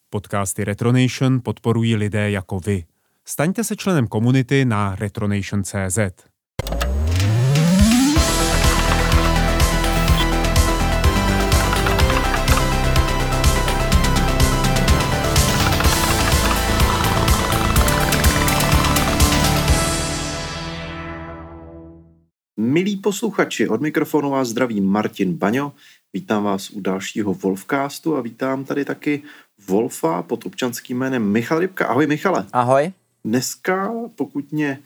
Podcasty Retronation podporují lidé jako vy. Staňte se členem komunity na retronation.cz. Milí posluchači, od mikrofonu vás zdraví Martin Baňo. Vítám vás u dalšího Wolfcastu a vítám tady taky Wolfa pod občanským jménem Michal Rybka. Ahoj Michale. Ahoj. Dneska, pokud mě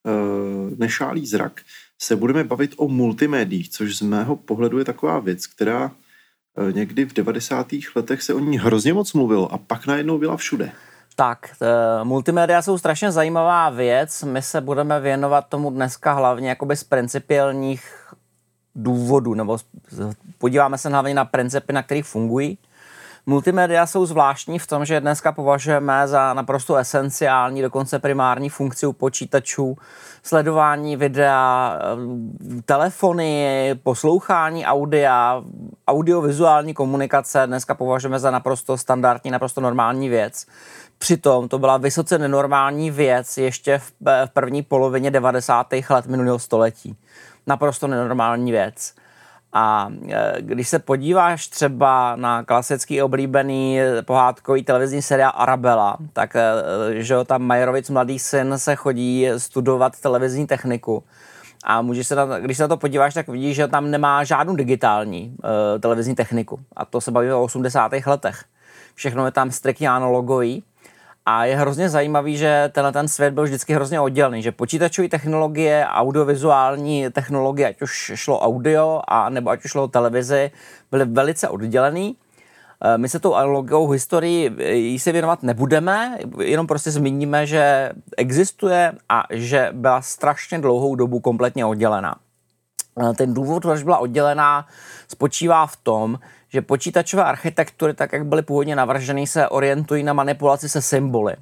nešálí zrak, se budeme bavit o multimédiích, což z mého pohledu je taková věc, která někdy v 90. letech se o ní hrozně moc mluvilo a pak najednou byla všude. Tak, multimédia jsou strašně zajímavá věc. My se budeme věnovat tomu dneska hlavně jakoby z principiálních důvodů, nebo podíváme se hlavně na principy, na kterých fungují. Multimédia jsou zvláštní v tom, že dneska považujeme za naprosto esenciální, dokonce primární funkci u počítačů, sledování videa, telefony, poslouchání audia, audiovizuální komunikace dneska považujeme za naprosto standardní, naprosto normální věc. Přitom to byla vysoce nenormální věc ještě v první polovině 90. let minulého století. Naprosto nenormální věc. A když se podíváš třeba na klasický oblíbený pohádkový televizní seriál Arabella, tak že tam Majerovic mladý syn se chodí studovat televizní techniku. A když se na to podíváš, tak vidíš, že tam nemá žádnou digitální televizní techniku. A to se baví o 80. letech. Všechno je tam striktně analogový. A je hrozně zajímavý, že ten svět byl vždycky hrozně oddělený, že počítačové technologie, audiovizuální technologie, ať už šlo audio, nebo ať už šlo televizi, byly velice oddělený. My se tou analogickou historií jí se věnovat nebudeme, jenom prostě zmíníme, že existuje a že byla strašně dlouhou dobu kompletně oddělená. Ten důvod, proč byla oddělená, spočívá v tom, že počítačové architektury, tak jak byly původně navrženy, se orientují na manipulaci se symboly.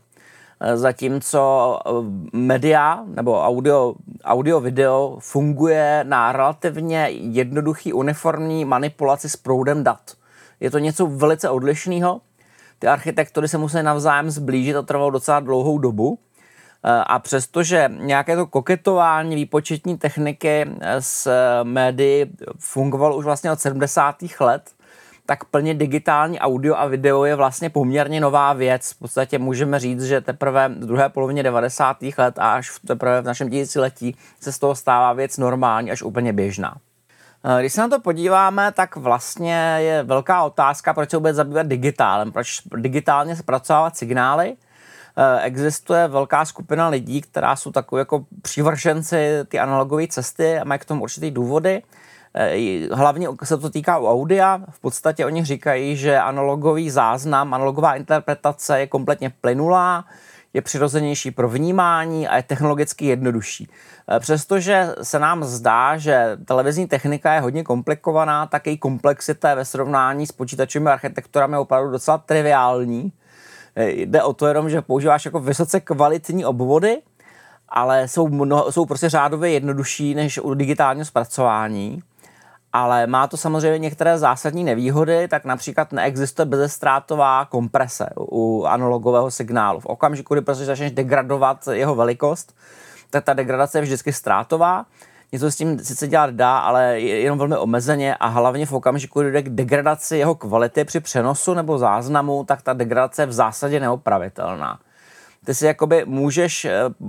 Zatímco media nebo audio-video funguje na relativně jednoduchý uniformní manipulaci s proudem dat. Je to něco velice odlišného. Ty architektury se musí navzájem zblížit a trvalo docela dlouhou dobu. A přestože nějaké to koketování výpočetní techniky s médii fungovalo už vlastně od 70. let, tak plně digitální audio a video je vlastně poměrně nová věc. V podstatě můžeme říct, že teprve v druhé polovině 90. let a až teprve v našem tisíciletí se z toho stává věc normální až úplně běžná. Když se na to podíváme, tak vlastně je velká otázka, proč se vůbec zabývat digitálem, proč digitálně zpracovávat signály. Existuje velká skupina lidí, která jsou takový jako přívrženci ty analogové cesty a mají k tomu určitý důvody. Hlavně se to týká u audia. V podstatě oni říkají, že analogový záznam, analogová interpretace je kompletně plynulá, je přirozenější pro vnímání a je technologicky jednodušší. Přestože se nám zdá, že televizní technika je hodně komplikovaná, tak její komplexita je ve srovnání s počítačovými architekturami opravdu docela triviální. Jde o to jenom, že používáš jako vysoce kvalitní obvody, ale jsou prostě řádově jednodušší než u digitálního zpracování. Ale má to samozřejmě některé zásadní nevýhody, tak například neexistuje bezztrátová komprese u analogového signálu. V okamžiku, kdy prostě začneš degradovat jeho velikost, tak ta degradace je vždycky ztrátová. Něco s tím sice dělat dá, ale jenom velmi omezeně a hlavně v okamžiku, kdy jde k degradaci jeho kvality při přenosu nebo záznamu, tak ta degradace je v zásadě neopravitelná. Ty si jakoby můžeš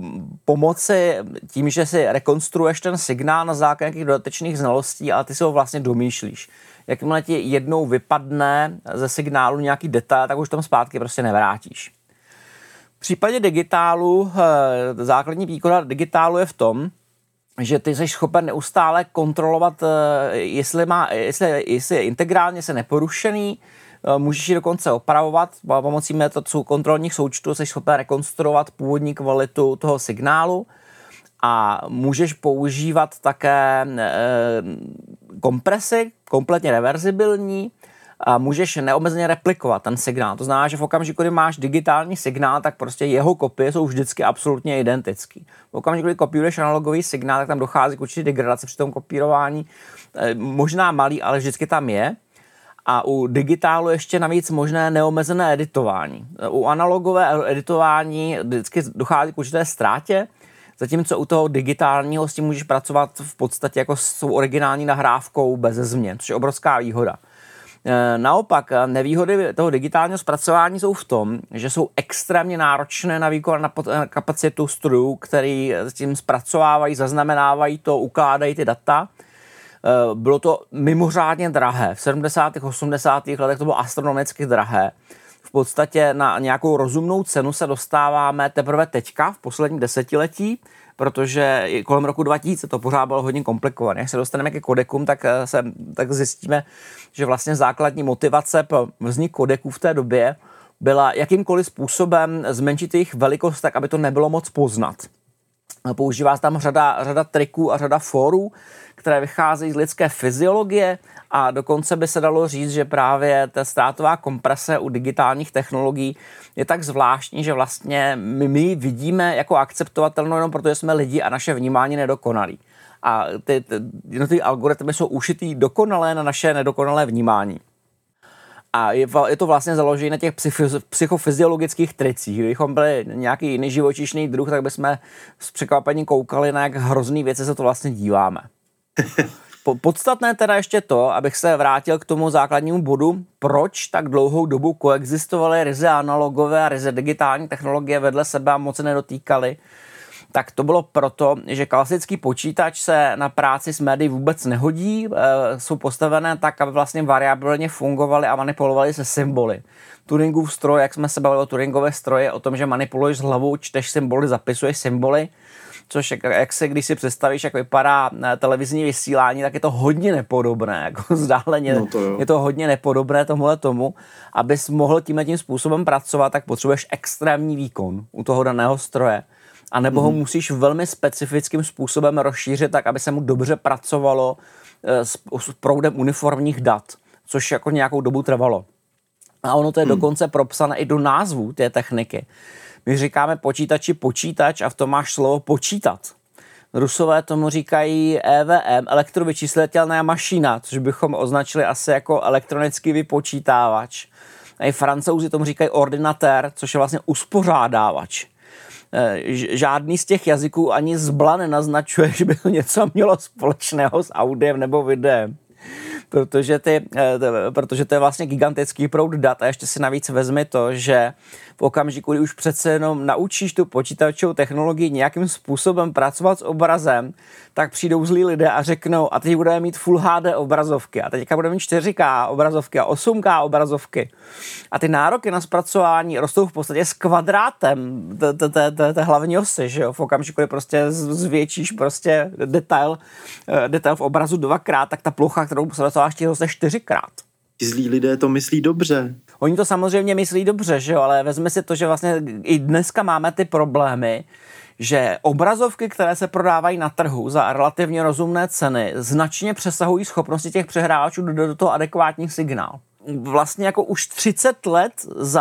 pomoci tím, že si rekonstruuješ ten signál na základě nějakých dodatečných znalostí, ale ty si ho vlastně domýšlíš. Jakmile ti jednou vypadne ze signálu nějaký detail, tak už tam zpátky prostě nevrátíš. V případě digitálu, základní výhoda digitálu je v tom, že ty jsi schopen neustále kontrolovat, jestli je integrálně se neporušený, můžeš ji dokonce opravovat, pomocí metod kontrolních součtů jsi schopen rekonstruovat původní kvalitu toho signálu a můžeš používat také kompresy, kompletně reverzibilní, a můžeš neomezeně replikovat ten signál. To znamená, že v okamžiku, kdy máš digitální signál, tak prostě jeho kopie jsou vždycky absolutně identický. V okamžiku, kdy kopíruješ analogový signál, tak tam dochází k určitě degradaci při tom kopírování. Možná malý, ale vždycky tam je. A u digitálu ještě navíc možné neomezené editování. U analogové editování vždycky dochází k určité ztrátě, zatímco u toho digitálního s tím můžeš pracovat v podstatě jako s tou originální nahrávkou bez změn, což je obrovská výhoda. Naopak, nevýhody toho digitálního zpracování jsou v tom, že jsou extrémně náročné na výkon, na kapacitu strojů, který s tím zpracovávají, zaznamenávají to, ukládají ty data. Bylo to mimořádně drahé. V 70. 80. letech to bylo astronomicky drahé. V podstatě na nějakou rozumnou cenu se dostáváme teprve teďka, v posledním desetiletí, protože kolem roku 2000 to pořád bylo hodně komplikované. Jak se dostaneme ke kodekům, tak zjistíme, že vlastně základní motivace pro vznik kodeků v té době byla jakýmkoliv způsobem zmenšit jejich velikost tak, aby to nebylo moc poznat. Používá se tam řada triků a řada fórů, které vycházejí z lidské fyziologie a dokonce by se dalo říct, že právě ta ztrátová komprese u digitálních technologií je tak zvláštní, že vlastně my vidíme jako akceptovatelnou jenom protože jsme lidi a naše vnímání nedokonalý. A ty algoritmy jsou ušitý dokonalé na naše nedokonalé vnímání. A je to vlastně založené na těch psychofyziologických tricích. Kdybychom byli nějaký jiný živočišný druh, tak bychom s překvapením koukali, na jak hrozný věci se to vlastně díváme. Podstatné teda ještě to, abych se vrátil k tomu základnímu bodu, proč tak dlouhou dobu koexistovaly ryze analogové a ryze digitální technologie vedle sebe a moc se nedotýkaly. Tak to bylo proto, že klasický počítač se na práci s médií vůbec nehodí, jsou postavené tak, aby vlastně variabilně fungovaly a manipulovaly se symboly. Turingův stroj, jak jsme se bavili o Turingové stroji, o tom, že manipuluješ s hlavou, čteš symboly, zapisuješ symboly, což když si představíš, jak vypadá televizní vysílání, tak je to hodně nepodobné, jako vzdáleně. No je to hodně nepodobné tomu, abys mohl tím způsobem pracovat, tak potřebuješ extrémní výkon u toho daného stroje. A nebo ho musíš velmi specifickým způsobem rozšířit tak, aby se mu dobře pracovalo s proudem uniformních dat, což jako nějakou dobu trvalo. A ono to je dokonce propsané i do názvu té techniky. My říkáme počítači počítač a v tom máš slovo počítat. Rusové tomu říkají EVM, elektrovyčíslitelná mašina, což bychom označili asi jako elektronický vypočítávač. A i Francouzi tomu říkají ordinatér, což je vlastně uspořádávač. Žádný z těch jazyků ani zbla nenaznačuje, že by to něco mělo společného s audiem nebo videem. Protože to je vlastně gigantický proud dat a ještě si navíc vezmi to, že v okamžiku, kdy už přece jenom naučíš tu počítačovou technologii nějakým způsobem pracovat s obrazem, tak přijdou zlí lidé a řeknou, a teď budeme mít Full HD obrazovky a teďka budeme mít 4K obrazovky a 8K obrazovky. A ty nároky na zpracování rostou v podstatě s kvadrátem té hlavní osy, že jo? V okamžiku, kdy prostě zvětšíš prostě detail v obrazu 2x, tak ta plocha, kterou zpracováš, ti roste 4x. Ti zlí lidé to myslí dobře. Oni to samozřejmě myslí dobře, že jo, ale vezme si to, že vlastně i dneska máme ty problémy, že obrazovky, které se prodávají na trhu za relativně rozumné ceny, značně přesahují schopnosti těch přehrávačů do toho adekvátní signál. Vlastně jako už 30 let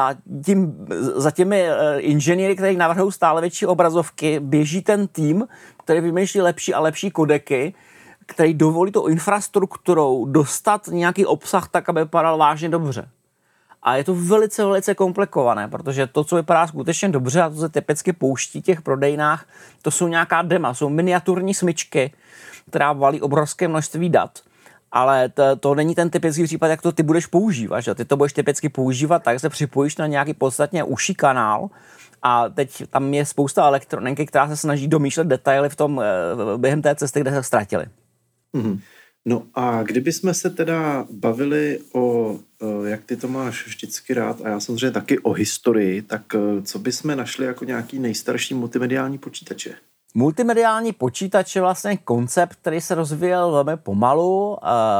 za těmi inženýry, kteří navrhují stále větší obrazovky, běží ten tým, který vymýšlí lepší a lepší kodeky, který dovolí tou infrastrukturou dostat nějaký obsah tak, aby vypadal vážně dobře. A je to velice, velice komplikované, protože to, co vypadá skutečně dobře a to se typicky pouští v těch prodejnách, to jsou nějaká dema, jsou miniaturní smyčky, která valí obrovské množství dat. Ale to není ten typický případ, jak to ty budeš používat. Že? Ty to budeš typicky používat, tak se připojíš na nějaký podstatně užší kanál a teď tam je spousta elektroniky, která se snaží domýšlet detaily během té cesty, kde se ztratili. Mm-hmm. No a kdybychom se teda bavili o, jak ty to máš vždycky rád, a já samozřejmě taky o historii, tak co bychom našli jako nějaký nejstarší multimediální počítače? Multimediální počítač je vlastně koncept, který se rozvíjel velmi pomalu.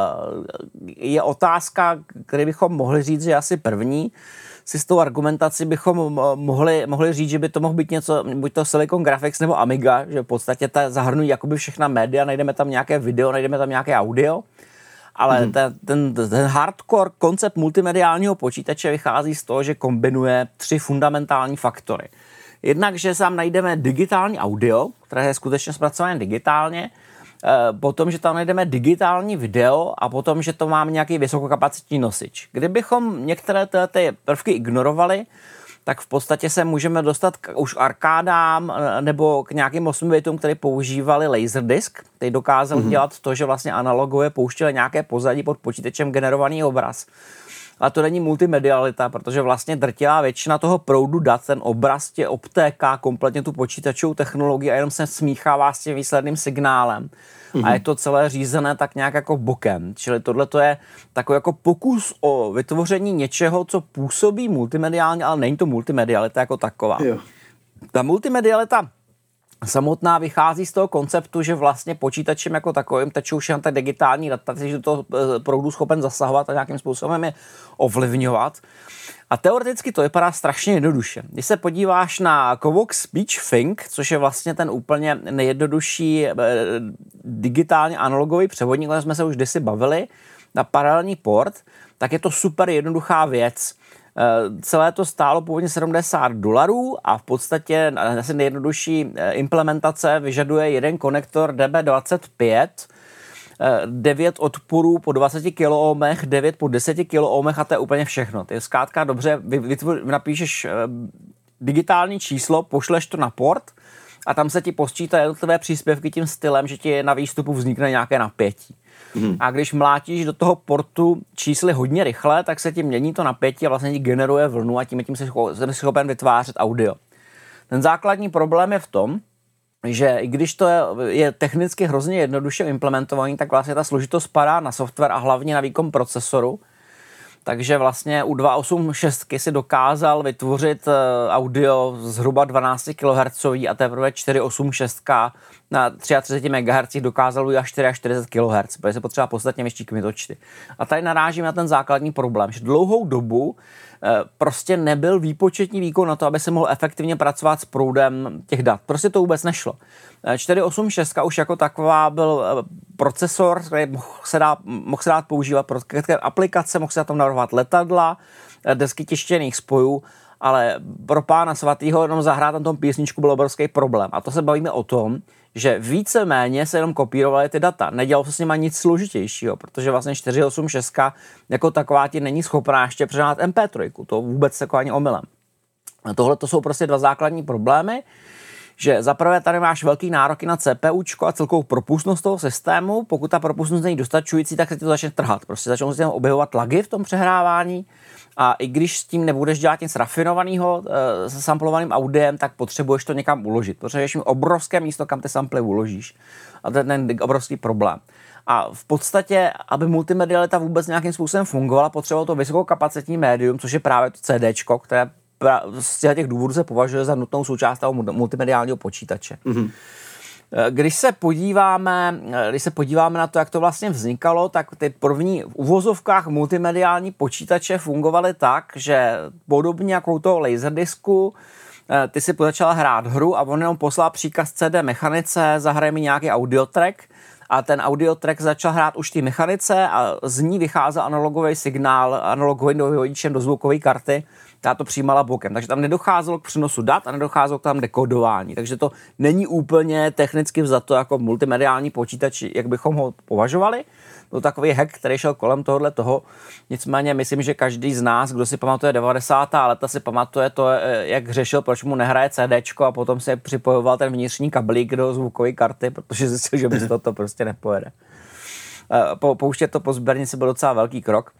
Je otázka, který bychom mohli říct, že asi první. Si s tou argumentací bychom mohli říct, že by to mohl být něco, buď to Silicon Graphics nebo Amiga, že v podstatě zahrnují jakoby všechna média, najdeme tam nějaké video, najdeme tam nějaké audio, ale ten hardcore koncept multimediálního počítače vychází z toho, že kombinuje 3 fundamentální faktory. Jednak, že tam najdeme digitální audio, které je skutečně zpracované digitálně, potom, že tam najdeme digitální video a potom, že to máme nějaký vysokokapacitní nosič. Kdybychom některé ty prvky ignorovali, tak v podstatě se můžeme dostat už k arkádám nebo k nějakým 8-bitům, které používali Laserdisc. Ty dokázal dělat to, že vlastně analogově pouštěli nějaké pozadí pod počítačem generovaný obraz. A to není multimedialita, protože vlastně drtivá většina toho proudu dat, ten obraz tě obtéká kompletně tu počítačovou technologii a jenom se smíchává s tím výsledným signálem. A je to celé řízené tak nějak jako bokem. Čili tohle to je takový jako pokus o vytvoření něčeho, co působí multimediálně, ale není to multimedialita jako taková. Jo. Ta multimedialita samotná vychází z toho konceptu, že vlastně počítačem jako takovým tečou všechny ta digitální data, takže do toho proudu schopen zasahovat a nějakým způsobem je ovlivňovat. A teoreticky to vypadá strašně jednoduše. Když se podíváš na Covox SpeechThink, což je vlastně ten úplně nejjednodušší digitálně analogový převodník, o kterém jsme se už kdysi bavili, na paralelní port, tak je to super jednoduchá věc. Celé to stálo původně $70 a v podstatě asi nejjednodušší implementace vyžaduje jeden konektor DB25, 9 odporů po 20 kiloohmech, 9 po 10 kiloohmech a to je úplně všechno. Ty zkrátka dobře, napíšeš digitální číslo, pošleš to na port a tam se ti posčítá jednotlivé příspěvky tím stylem, že ti na výstupu vznikne nějaké napětí. A když mlátíš do toho portu čísly hodně rychle, tak se ti mění to napětí a vlastně ti generuje vlnu a tím jsi schopen vytvářet audio. Ten základní problém je v tom, že i když to je technicky hrozně jednoduše implementovaný, tak vlastně ta složitost padá na software a hlavně na výkon procesoru. Takže vlastně u 286 si dokázal vytvořit audio zhruba 12 kHz a teprve 486 na 33 MHz dokázal udělat 44 kHz, protože se potřeba podstatně větší kmitočty. A tady narážím na ten základní problém, že dlouhou dobu prostě nebyl výpočetní výkon na to, aby se mohl efektivně pracovat s proudem těch dat. Prostě to vůbec nešlo. 486 už jako taková byl procesor, který mohl se dát používat pro aplikace, mohl se tam navrhovat letadla, desky tištěných spojů, ale pro pána svatýho jenom zahrát na tom písničku byl obrovský problém. A to se bavíme o tom, že víceméně se jenom kopírovaly ty data. Nedělalo se s nima nic složitějšího, protože vlastně 486 jako taková ti není schopná ještě přehnat MP3. To vůbec jako ani omylem. A tohle to jsou prostě dva základní problémy, že zaprvé tady máš velký nároky na CPUčko a celkovou propustnost toho systému. Pokud ta propustnost není dostačující, tak se ti to začne trhat. Prostě začnou se tam objevovat lagy v tom přehrávání a i když s tím nebudeš dělat nic rafinovaného se samplovaným audiem, tak potřebuješ to někam uložit. Potřebuješ mít obrovské místo, kam ty samply uložíš. A to je ten obrovský problém. A v podstatě, aby multimedialita vůbec nějakým způsobem fungovala, potřebovalo to vysokokapacitní médium, což je právě to CDčko, které z těch důvodů se považuje za nutnou součást toho multimediálního počítače. Mm-hmm. Když se podíváme na to, jak to vlastně vznikalo, tak ty první v uvozovkách multimediální počítače fungovaly tak, že podobně jako u toho Laserdiscu, ty si začala hrát hru a on jenom poslal příkaz CD mechanice, zahraje mi nějaký audiotrack a ten audiotrack začal hrát už ty mechanice a z ní vycházel analogový signál, analogovým vyhodičem do zvukové karty, ta to přijímala bokem. Takže tam nedocházelo k přenosu dat a nedocházelo k tam dekodování. Takže to není úplně technicky vzato jako multimediální počítač, jak bychom ho považovali. To takový hack, který šel kolem tohohle toho. Nicméně myslím, že každý z nás, kdo si pamatuje 90. léta, si pamatuje to, jak řešil, proč mu nehraje CDčko a potom se připojoval ten vnitřní kablík do zvukové karty, protože zjistil, že bez toho to prostě nepojede. Pouštět to po sběrnici byl docela velký krok.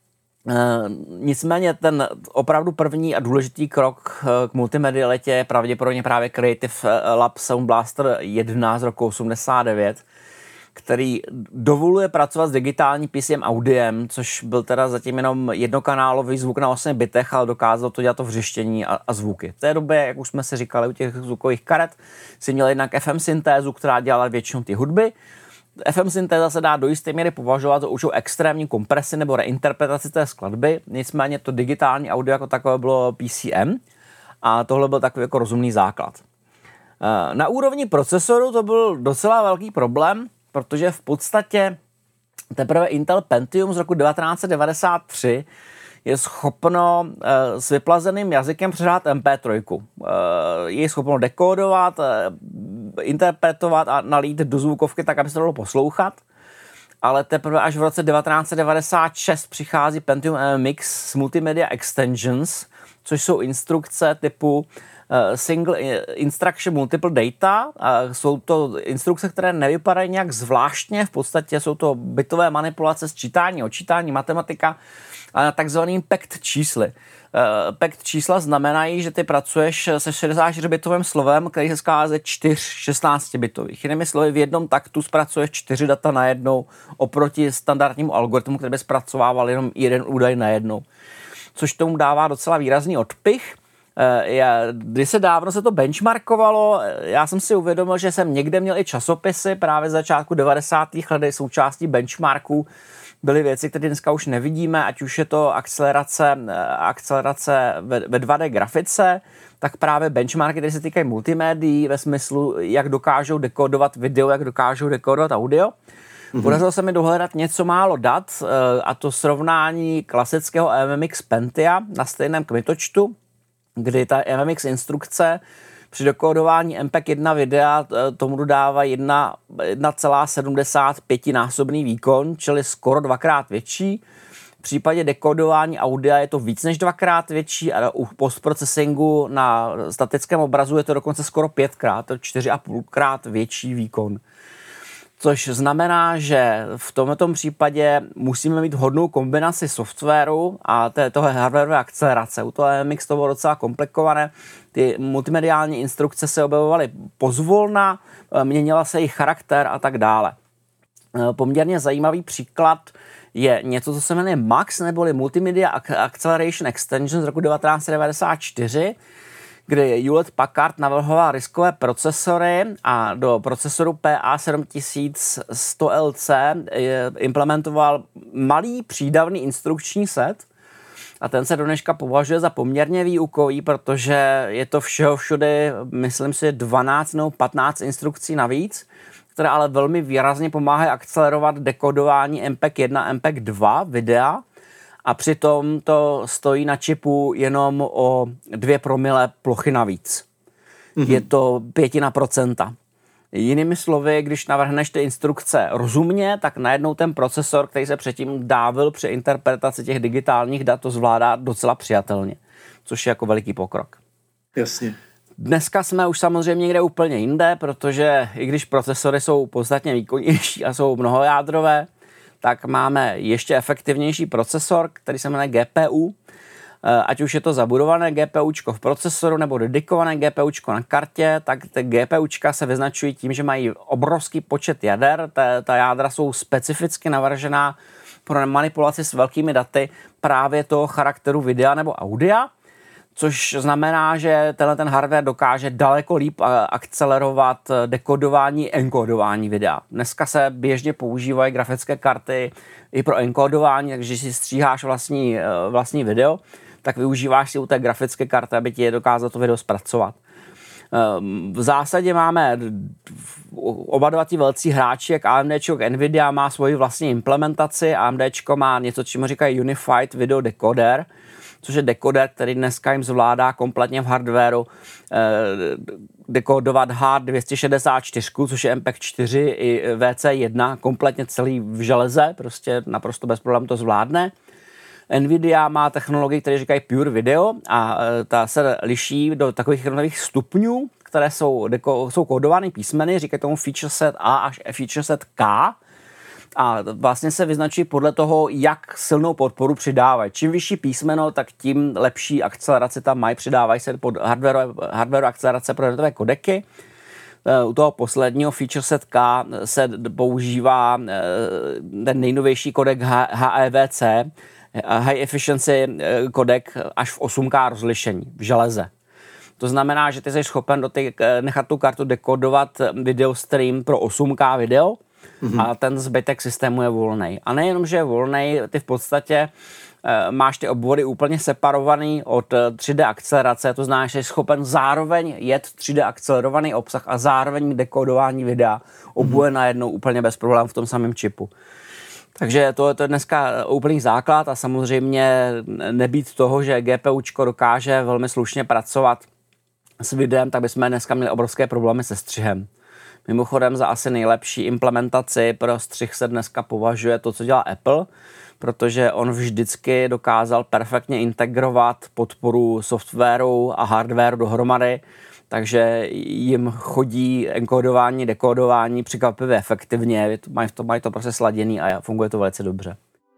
Nicméně ten opravdu první a důležitý krok k multimedialitě je pravděpodobně právě Creative Lab Sound Blaster 1 z roku 89, který dovoluje pracovat s digitální PCM audiem, což byl teda zatím jenom jednokanálový zvuk na 8 bitech, ale dokázal to dělat to vřeštění a zvuky. V té době, jak už jsme si říkali u těch zvukových karet, si měl jednak FM syntézu, která dělala většinou ty hudby. FM syntéza se dá do jisté míry považovat za určitou extrémní kompresi nebo reinterpretaci té skladby, nicméně to digitální audio jako takové bylo PCM a tohle byl takový jako rozumný základ. Na úrovni procesoru to byl docela velký problém, protože v podstatě teprve Intel Pentium z roku 1993 je schopno s vyplazeným jazykem přehrát MP3. Je schopno dekódovat, interpretovat a nalít do zvukovky tak, aby se to dalo poslouchat. Ale teprve až v roce 1996 přichází Pentium MMX s Multimedia Extensions, což jsou instrukce typu Single Instruction Multiple Data. Jsou to instrukce, které nevypadají nějak zvláštně, v podstatě jsou to bitové manipulace, sčítání, odčítání, matematika a na takzvaným PACT čísly. PACT čísla znamenají, že ty pracuješ se 64-bitovým slovem, který se skládá ze 4 16-bitových. Jinými slovy, v jednom taktu zpracuješ 4 data najednou oproti standardnímu algoritmu, který by zpracovával jenom jeden údaj najednou. Což tomu dává docela výrazný odpich. Když se dávno se to benchmarkovalo, já jsem si uvědomil, že jsem někde měl i časopisy právě z začátku 90. let, součástí benchmarků byly věci, které dneska už nevidíme, ať už je to akcelerace ve 2D grafice, tak právě benchmarky, které se týkají multimédií ve smyslu, jak dokážou dekodovat video, jak dokážou dekodovat audio. Podařilo se mi dohledat něco málo dat, a to srovnání klasického MMX Pentia na stejném kmitočtu, kdy ta MMX instrukce při dekodování MPEG-1 videa tomu dodává 1,75 násobný výkon, čili skoro 2x větší. V případě dekodování audia je to víc než 2x větší a u postprocesingu na statickém obrazu je to dokonce skoro 5x, to 4,5x větší výkon. Což znamená, že v tomto případě musíme mít hodnou kombinaci softwaru a toho hardwareové akcelerace. U toho MMX to bylo docela komplikované. Ty multimediální instrukce se objevovaly pozvolna, měnila se jejich charakter a tak dále. Poměrně zajímavý příklad je něco, co se jmenuje MAX, neboli Multimedia Acceleration Extension z roku 1994, kdy Hewlett-Packard navrhoval riskové procesory a do procesoru PA7100LC implementoval malý přídavný instrukční set a ten se do dneška považuje za poměrně výukový, protože je to všeho všude, myslím si, 12 nebo 15 instrukcí navíc, které ale velmi výrazně pomáhají akcelerovat dekodování MPEG-1, MPEG-2 videa, a přitom to stojí na čipu jenom o 2 promile plochy navíc. Je to 0,05%. Jinými slovy, když navrhneš ty instrukce rozumně, tak najednou ten procesor, který se předtím dávil při interpretaci těch digitálních dat, to zvládá docela přijatelně, což je jako veliký pokrok. Jasně. Dneska jsme už samozřejmě někde úplně jinde, protože i když procesory jsou podstatně výkonnější a jsou mnohojádrové, tak máme ještě efektivnější procesor, který se jmenuje GPU. Ať už je to zabudované GPUčko v procesoru nebo dedikované GPUčko na kartě, tak ty GPUčka se vyznačují tím, že mají obrovský počet jader. Ta jádra jsou specificky navržená pro manipulaci s velkými daty právě toho charakteru videa nebo audia, což znamená, že ten hardware dokáže daleko líp akcelerovat dekodování, enkodování videa. Dneska se běžně používají grafické karty i pro enkodování, takže když si stříháš vlastní video, tak využíváš si u té grafické karty, aby ti je dokázal to video zpracovat. V zásadě máme oba dva ti velcí hráči, jak AMD, jak Nvidia má svoji vlastní implementaci. AMD má něco, čemu říkají Unified Video Decoder, což je dekoder, který dneska jim zvládá kompletně v hardwareu dekodovat H264, což je MPEG-4 i VC1, kompletně celý v železe, prostě naprosto bez problémů to zvládne. Nvidia má technologii, které říkají Pure Video a ta se liší do takových jednotlivých stupňů, které jsou kódovány písmeny, říkají tomu feature set A až feature set K. A vlastně se vyznačí podle toho, jak silnou podporu přidávají. Čím vyšší písmeno, tak tím lepší akceleraci tam mají. Přidávají se pod hardware akcelerace pro datové kodeky. U toho posledního feature set K se používá ten nejnovější kodek HEVC, High Efficiency kodek až v 8K rozlišení v železe. To znamená, že ty jsi schopen nechat tu kartu dekodovat video stream pro 8K video, a ten zbytek systému je volnej. A nejenom, že je volnej, ty v podstatě máš ty obvody úplně separovaný od 3D akcelerace, to znamená, že jsi schopen zároveň jet 3D akcelerovaný obsah a zároveň dekodování videa oboje najednou úplně bez problémů v tom samém čipu. Takže to je dneska úplný základ a samozřejmě nebýt toho, že GPUčko dokáže velmi slušně pracovat s videem, tak bychom dneska měli obrovské problémy se střihem. Mimochodem za asi nejlepší implementaci pro střih se dneska považuje to, co dělá Apple, protože on vždycky dokázal perfektně integrovat podporu softwaru a hardwaru dohromady, takže jim chodí enkódování, dekódování překvapivě efektivně, mají to prostě sladěný a funguje to velice dobře.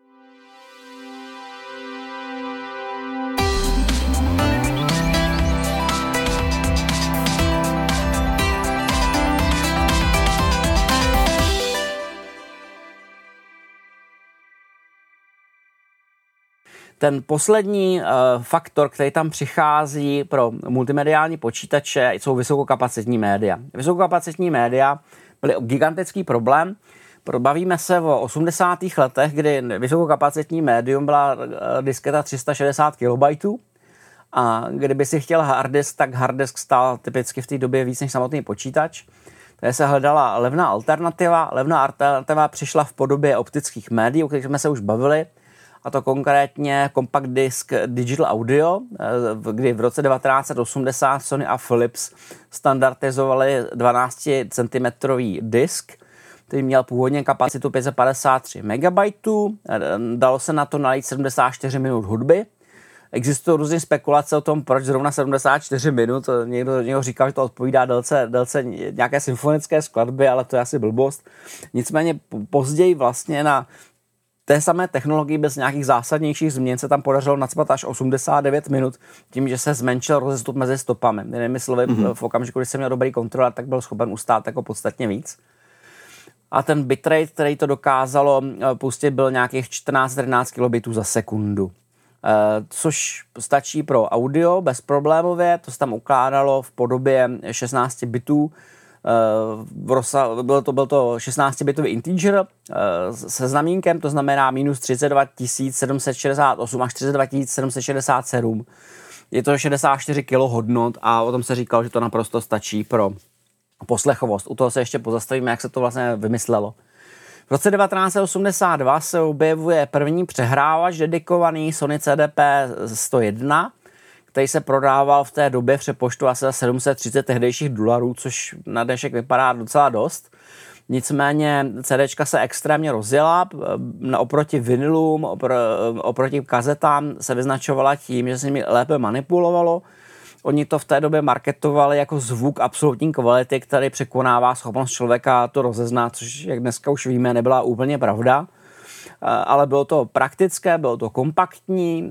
Ten poslední faktor, který tam přichází pro multimediální počítače, jsou vysokokapacitní média. Vysokokapacitní média byly gigantický problém. Bavíme se o 80. letech, kdy vysokokapacitní médium byla disketa 360 KB a kdyby si chtěl harddisk, tak harddisk stál typicky v té době víc než samotný počítač. Takže se hledala levná alternativa. Levná alternativa přišla v podobě optických médií, o kterých jsme se už bavili, a to konkrétně compact disk Digital Audio, kdy v roce 1980 Sony a Philips standardizovali 12 cm disk, který měl původně kapacitu 553 MB. Dalo se na to nalít 74 minut hudby. Existují různé spekulace o tom, proč zrovna 74 minut. Někdo říkal, že to odpovídá délce nějaké symfonické skladby, ale to je asi blbost. Nicméně později vlastně na té samé technologii bez nějakých zásadnějších změn se tam podařilo nacpat až 89 minut tím, že se zmenšil rozestup mezi stopami. Jinými slovy, v okamžiku, kdy jsem měl dobrý kontroler, tak byl schopen ustát jako podstatně víc. A ten bitrate, který to dokázalo pustit, byl nějakých 14-13 kb za sekundu. Což stačí pro audio bezproblémově, to se tam ukládalo v podobě 16 bitů. Byl to 16-bitový integer se znamínkem, to znamená minus 32 768 až 32 767. Je to 64 kHz a o tom se říkalo, že to naprosto stačí pro poslechovost. U toho se ještě pozastavíme, jak se to vlastně vymyslelo. V roce 1982 se objevuje první přehrávač dedikovaný Sony CDP 101, který se prodával v té době v přepočtu asi za 730 tehdejších dolarů, což na dnešek vypadá docela dost. Nicméně CDčka se extrémně rozjela, oproti vinylům, oproti kazetám se vyznačovala tím, že se jimi lépe manipulovalo. Oni to v té době marketovali jako zvuk absolutní kvality, který překonává schopnost člověka to rozeznat, což, jak dneska už víme, nebyla úplně pravda. Ale bylo to praktické, bylo to kompaktní,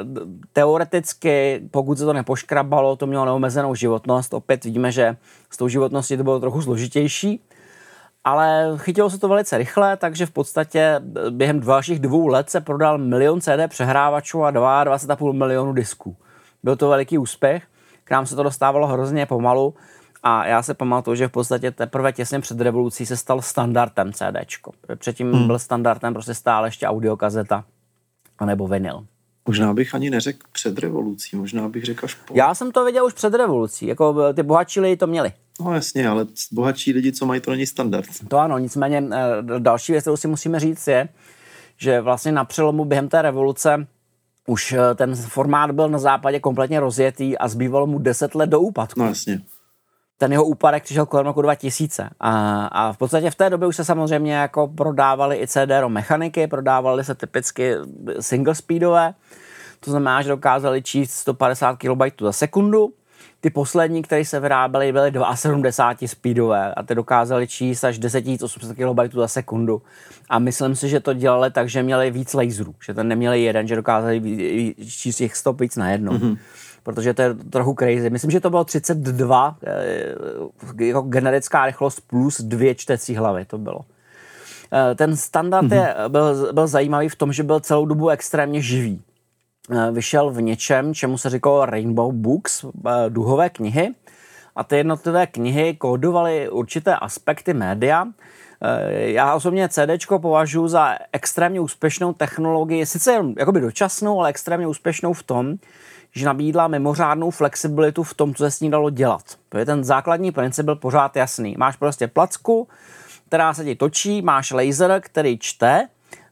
teoreticky, pokud se to nepoškrabalo, to mělo neomezenou životnost. Opět víme, že s tou životností to bylo trochu složitější, ale chytilo se to velice rychle, takže v podstatě během dalších 2 let se prodal 1 000 000 CD přehrávačů a 22,5 milionu disků. Byl to veliký úspěch, k nám se to dostávalo hrozně pomalu a já se pamatuju, že v podstatě teprve těsně před revolucí se stal standardem CDčko. Předtím byl standardem prostě stále ještě audiokazeta anebo vinyl. Možná bych ani neřekl před revolucí, možná bych řekl až po. Já jsem to viděl už před revolucí, jako ty bohatší lidi to měli. No jasně, ale bohatší lidi, co mají, to není standard. To ano, nicméně další věc, kterou si musíme říct je, že vlastně na přelomu během té revoluce už ten formát byl na západě kompletně rozjetý a zbývalo mu 10 let do úpadku. No jasně. Ten jeho úpadek přišel kolem roku 2000 a v podstatě v té době už se samozřejmě jako prodávaly i CD-ROM mechaniky, prodávaly se typicky single speedové, to znamená, že dokázali číst 150 KB za sekundu. Ty poslední, které se vyráběly, byly 72 speedové a ty dokázali číst až 10 800 KB za sekundu. A myslím si, že to dělali tak, že měli víc laserů, že ten neměli jeden, že dokázali číst jich 100 víc najednou. Mm-hmm. Protože to je trochu crazy. Myslím, že to bylo 32 jako generická rychlost plus 2 čtecí hlavy to bylo. Ten standard byl zajímavý v tom, že byl celou dobu extrémně živý. Vyšel v něčem, čemu se říkalo Rainbow Books, duhové knihy, a ty jednotlivé knihy kódovaly určité aspekty média. Já osobně CDčko považuji za extrémně úspěšnou technologii, sice jen jakoby dočasnou, ale extrémně úspěšnou v tom, že nabídla mimořádnou flexibilitu v tom, co se s ní dalo dělat. Protože ten základní princip byl pořád jasný. Máš prostě placku, která se ti točí, máš laser, který čte,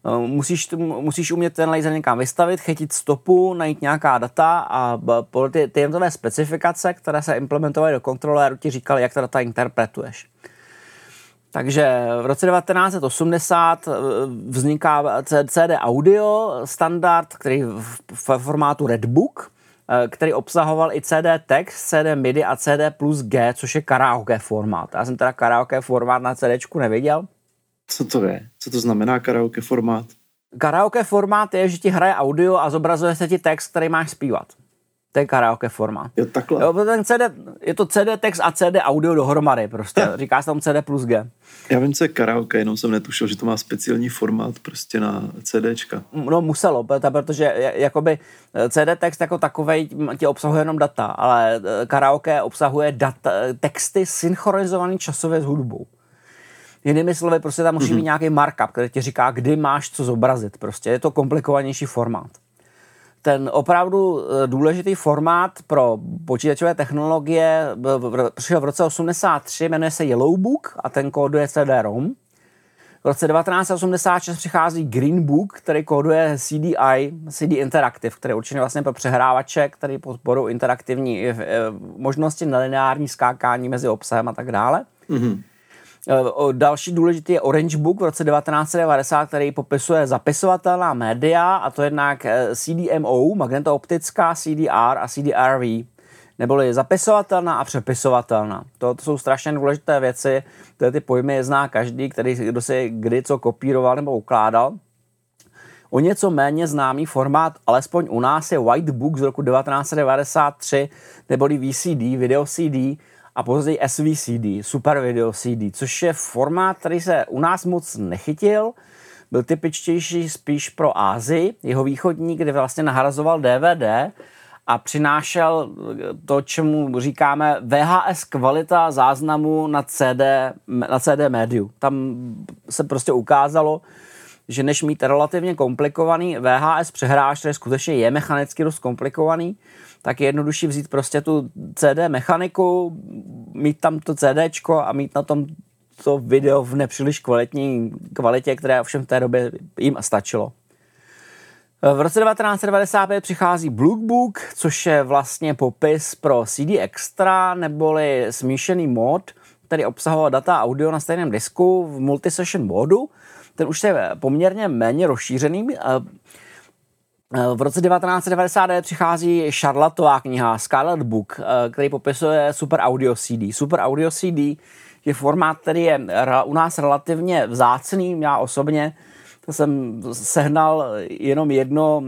musíš umět ten laser někam vystavit, chytit stopu, najít nějaká data a ty jednotlivé specifikace, které se implementovaly do kontroléru, ti říkali, jak ta data interpretuješ. Takže v roce 1980 vzniká CD audio standard, který v formátu Redbook, který obsahoval i CD text, CD MIDI a CD plus G, což je karaoke formát. Já jsem teda karaoke formát na CDčku nevěděl. Co to je? Co to znamená karaoke formát? Karaoke formát je, že ti hraje audio a zobrazuje se ti text, který máš zpívat. To je karaoke formát. Jo, takhle. Jo, ten CD, je to CD text a CD audio dohromady prostě. Říká se tam CD plus G. Já vím, co je karaoke, jenom jsem netušil, že to má speciální formát prostě na CDčka. No muselo, protože jakoby CD text jako takovej ti obsahuje jenom data, ale karaoke obsahuje texty synchronizovaný časově s hudbou. Jinými slovy, prostě tam musí mít nějaký markup, který ti říká, kdy máš co zobrazit. Prostě je to komplikovanější formát. Ten opravdu důležitý formát pro počítačové technologie přišel v roce 1983, jmenuje se Yellowbook a ten kóduje CD-ROM. V roce 1986 přichází Greenbook, který kóduje CDI, CD Interactive, který je určený vlastně pro přehrávače, který podporují interaktivní možnosti nelineární skákání mezi obsahem a tak dále. Další důležitý je Orange Book v roce 1990, který popisuje zapisovatelná média, a to jednak CDMO, magnetooptická, CDR a CDRV, neboli zapisovatelná a přepisovatelná. To jsou strašně důležité věci, ty pojmy zná každý, kdo si kdy co kopíroval nebo ukládal. O něco méně známý formát, alespoň u nás, je White Book z roku 1993, neboli VCD, Video CD, a později SVCD, Super Video CD, což je formát, který se u nás moc nechytil, byl typičtější spíš pro Asii, jeho východní, kde vlastně nahrazoval DVD a přinášel to, čemu říkáme VHS kvalita záznamu na CD médiu. Tam se prostě ukázalo, že než mít relativně komplikovaný VHS přehrávač, který skutečně je mechanicky dost komplikovaný, tak je jednodušší vzít prostě tu CD mechaniku, mít tam to CDčko a mít na tom to video v nepříliš kvalitní kvalitě, které ovšem v té době jim stačilo. V roce 1995 přichází Bluebook, což je vlastně popis pro CD Extra, neboli smíšený mod, který obsahoval data a audio na stejném disku v multisession modu. Ten už je poměrně méně rozšířený. V roce 1999 přichází Charlotteova kniha Scarlet Book, který popisuje Super Audio CD. Super Audio CD je formát, který je u nás relativně vzácný. Já osobně jsem sehnal jenom jedno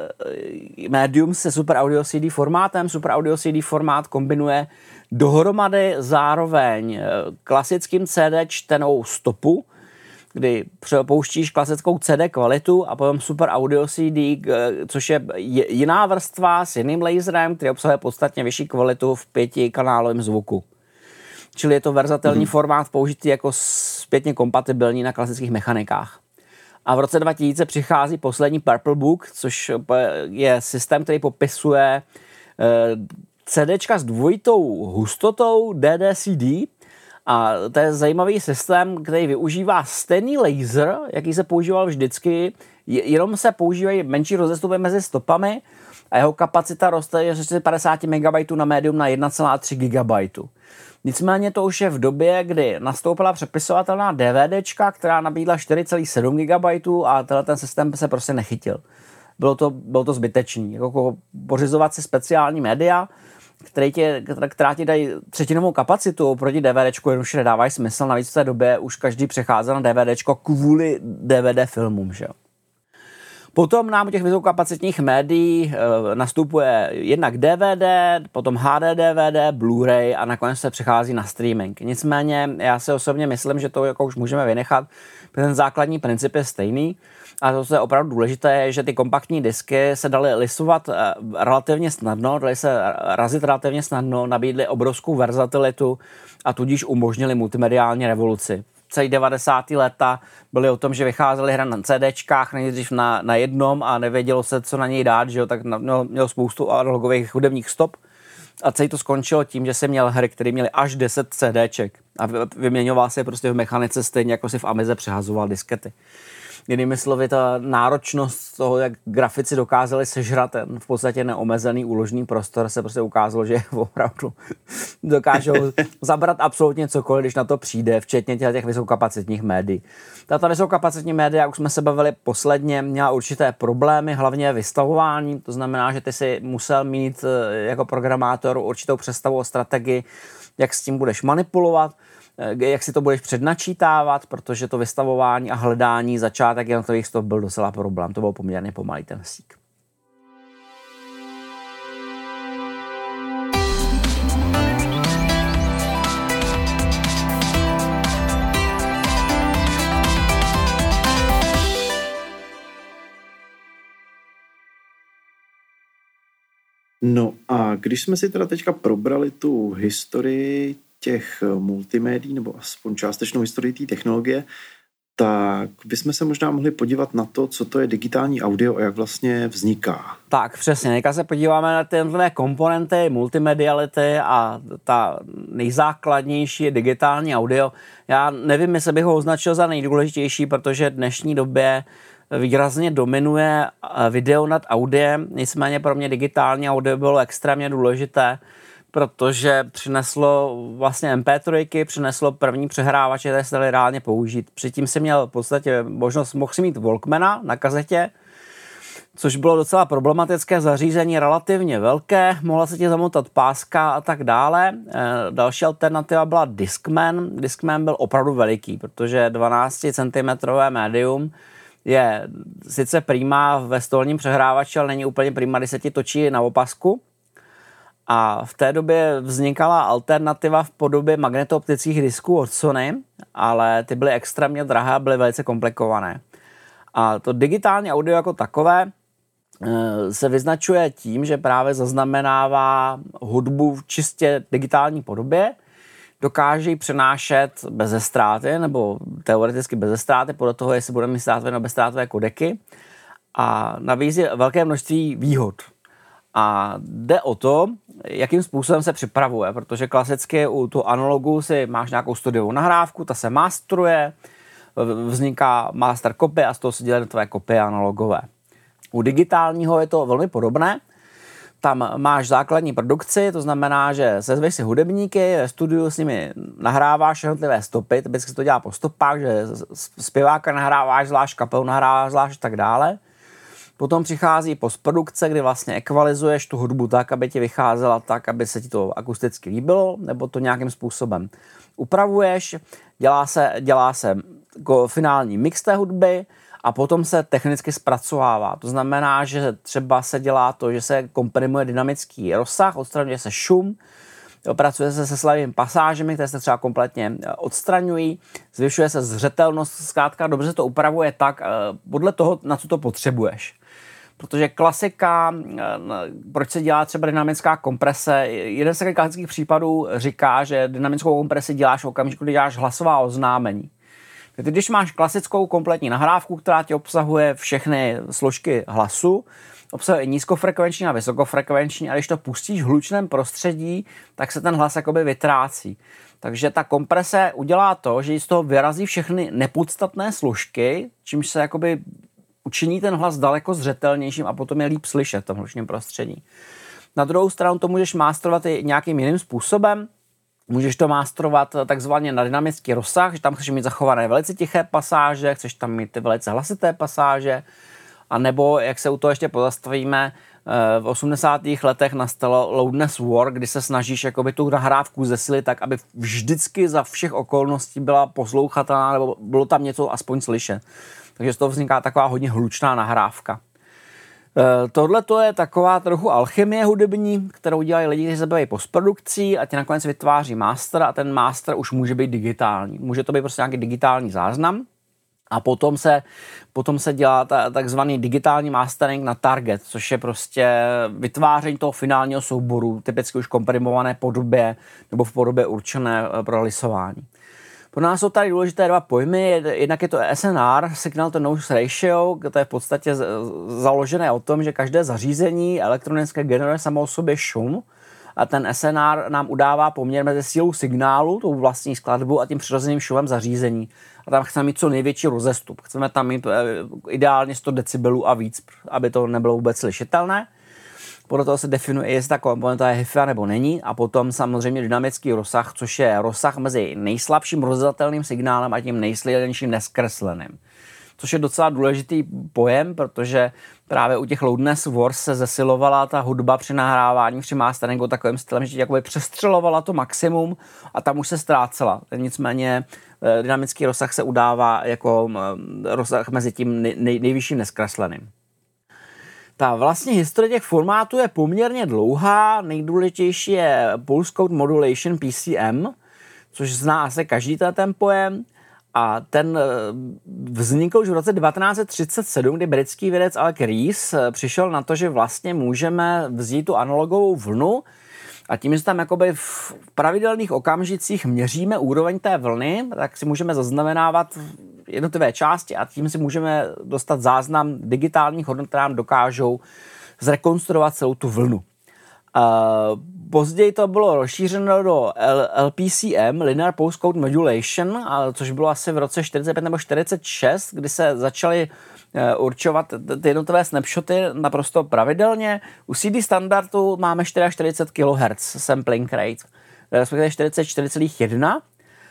médium se Super Audio CD formátem. Super Audio CD formát kombinuje dohromady zároveň klasickým CD čtenou stopu, kdy pouštíš klasickou CD kvalitu a potom Super Audio CD, což je jiná vrstva s jiným laserem, který obsahuje podstatně vyšší kvalitu v 5kanálovém zvuku. Čili je to verzatelní formát použitý jako zpětně kompatibilní na klasických mechanikách. A v roce 2000 přichází poslední Purple Book, což je systém, který popisuje CDčka s dvojitou hustotou DD-CD. A to je zajímavý systém, který využívá stejný laser, jaký se používal vždycky, jenom se používají menší rozestupy mezi stopami a jeho kapacita roste z 50 MB na médium na 1,3 GB. Nicméně to už je v době, kdy nastoupila přepisovatelná DVDčka, která nabídla 4,7 GB a ten systém se prostě nechytil. Bylo to zbytečný. Jako pořizovat si speciální média, která ti dají třetinovou kapacitu proti DVDčku, jednoduše nedávají smysl. Navíc v té době už každý přecházel na DVDčko kvůli DVD filmům, že jo. Potom nám u těch vysokokapacitních médií nastupuje jednak DVD, potom HD DVD, Blu-ray a nakonec se přichází na streaming. Nicméně já si osobně myslím, že to jako už můžeme vynechat, protože ten základní princip je stejný. A to, co je opravdu důležité, je, že ty kompaktní disky se daly lisovat relativně snadno, daly se razit relativně snadno, nabídly obrovskou verzatilitu a tudíž umožnili multimediální revoluci. Celý 90. léta byly o tom, že vycházely hry na CDčkách, nejdřív na jednom a nevědělo se, co na něj dát, že jo, tak měl spoustu analogových hudebních stop. A celý to skončilo tím, že jsem měl hry, které měly až 10 CDček a vyměňoval se prostě v mechanice stejně, jako si v Amize přehazoval diskety. Jinými slovy, ta náročnost toho, jak grafici dokázali sežrat ten v podstatě neomezený úložný prostor, se prostě ukázalo, že je opravdu dokážou zabrat absolutně cokoliv, když na to přijde, včetně těch vysokokapacitních médií. Tato vysokokapacitní média, jak už jsme se bavili posledně, měla určité problémy, hlavně vystavování, to znamená, že ty si musel mít jako programátor určitou představu o strategii, jak s tím budeš manipulovat, jak si to budeš přednačítávat, protože to vystavování a hledání začátek jednotlivých stop byl docela problém. To byl poměrně pomalý ten sík. No a když jsme si teda teďka probrali tu historii těch multimédií, nebo aspoň částečnou historii té technologie, tak bychom se možná mohli podívat na to, co to je digitální audio a jak vlastně vzniká. Tak přesně, teďka se podíváme na ty jednotlivé komponenty, multimediality a ta nejzákladnější je digitální audio. Já nevím, jestli bych ho označil za nejdůležitější, protože v dnešní době výrazně dominuje video nad audiem, nicméně pro mě digitální audio bylo extrémně důležité, protože přineslo vlastně MP3, přineslo první přehrávače, které se daly reálně použít. Předtím si měl v podstatě možnost, mohl si mít Walkmana na kazetě, což bylo docela problematické zařízení, relativně velké, mohla se ti zamotat páska a tak dále. Další alternativa byla Discman. Discman byl opravdu veliký, protože 12 cm médium je sice prima ve stolním přehrávači, ale není úplně prima, když se ti točí na opasku. A v té době vznikala alternativa v podobě magnetooptických disků od Sony, ale ty byly extrémně drahé a byly velice komplikované. A to digitální audio jako takové se vyznačuje tím, že právě zaznamenává hudbu v čistě digitální podobě, dokáže ji přenášet beze ztráty, nebo teoreticky beze ztráty, podle toho, jestli budeme mít ztrátové nebo bezztrátové kodeky. A navíc je velké množství výhod. A jde o to, jakým způsobem se připravuje, protože klasicky u toho analogu si máš nějakou studiovou nahrávku, ta se masteruje, vzniká master copy a z toho se dělají tvoje kopie analogové. U digitálního je to velmi podobné. Tam máš základní produkci, to znamená, že sezveš si hudebníky, ve studiu s nimi nahráváš jednotlivé stopy, typicky se to dělá po stopách, že zpěváka nahráváš zvlášť, kapelu nahráváš zvlášť a tak dále. Potom přichází postprodukce, kdy vlastně ekvalizuješ tu hudbu tak, aby ti vycházela tak, aby se ti to akusticky líbilo, nebo to nějakým způsobem upravuješ, dělá se finální mix té hudby a potom se technicky zpracovává. To znamená, že třeba se dělá to, že se komprimuje dynamický rozsah, odstraňuje se šum, pracuje se slabými pasážemi, které se třeba kompletně odstraňují, zvyšuje se zřetelnost, zkrátka dobře se to upravuje tak, podle toho, na co to potřebuješ. Protože klasika, proč se dělá třeba dynamická komprese, jeden z těch klasických případů říká, že dynamickou kompresi děláš v okamžiku, kdy děláš hlasová oznámení. Ty, když máš klasickou kompletní nahrávku, která ti obsahuje všechny složky hlasu, obsahuje i nízkofrekvenční a vysokofrekvenční, a když to pustíš v hlučném prostředí, tak se ten hlas jakoby vytrácí. Takže ta komprese udělá to, že z toho vyrazí všechny nepodstatné složky, čímž se jakoby učiní ten hlas daleko zřetelnějším a potom je líp slyšet v tom hlučném prostředí. Na druhou stranu to můžeš mástrovat i nějakým jiným způsobem. Můžeš to mástrovat takzvaně na dynamický rozsah, že tam chceš mít zachované velice tiché pasáže, chceš tam mít ty velice hlasité pasáže, a nebo, jak se u toho ještě pozastavíme, v 80. letech nastalo loudness war, kdy se snažíš jakoby tu nahrávku zesilit tak, aby vždycky za všech okolností byla poslouchatelná, nebo bylo tam něco aspoň slyšet. Takže z toho vzniká taková hodně hlučná nahrávka. Tohle to je taková trochu alchymie hudební, kterou dělají lidi, kteří se baví postprodukcí a ti nakonec vytváří master a ten master už může být digitální. Může to být prostě nějaký digitální záznam a potom se dělá takzvaný digitální mastering na target, což je prostě vytváření toho finálního souboru, typicky už komprimované podobě nebo v podobě určené pro lisování. Pro nás jsou tady důležité dva pojmy, jednak je to SNR, Signal to Noise Ratio, to je v podstatě založené o tom, že každé zařízení elektronické generuje samo o sobě šum a ten SNR nám udává poměr mezi sílou signálu, tou vlastní skladbou a tím přirozeným šumem zařízení. A tam chceme mít co největší rozestup. Chceme tam mít ideálně 100 decibelů a víc, aby to nebylo vůbec slyšitelné. podle toho se definuje, jestli ta komponenta je HIFI nebo není, a potom samozřejmě dynamický rozsah, což je rozsah mezi nejslabším rozdatelným signálem a tím nejsilnějším neskresleným. Což je docela důležitý pojem, protože právě u těch Loudness Wars se zesilovala ta hudba při nahrávání, při masteringu takovým stylem, že jakoby přestřelovala to maximum a tam už se ztrácela. Nicméně dynamický rozsah se udává jako rozsah mezi tím nejvyšším neskresleným. Ta vlastně historie těch formátů je poměrně dlouhá, nejdůležitější je Pulse Code Modulation PCM, což zná asi každý ten pojem. A ten vznikl už v roce 1937, kdy britský vědec Alec Rees přišel na to, že vlastně můžeme vzít tu analogovou vlnu a tím, že tam jakoby v pravidelných okamžicích měříme úroveň té vlny, tak si můžeme zaznamenávat jednotlivé části a tím si můžeme dostat záznam digitálních hodnot, které nám dokážou zrekonstruovat celou tu vlnu. Později to bylo rozšířeno do LPCM, Linear Postcode Modulation, což bylo asi v roce 45 nebo 46, kdy se začaly určovat ty jednotlivé snapshoty naprosto pravidelně. U CD standardu máme 44 kHz sampling rate, respektive 44,1.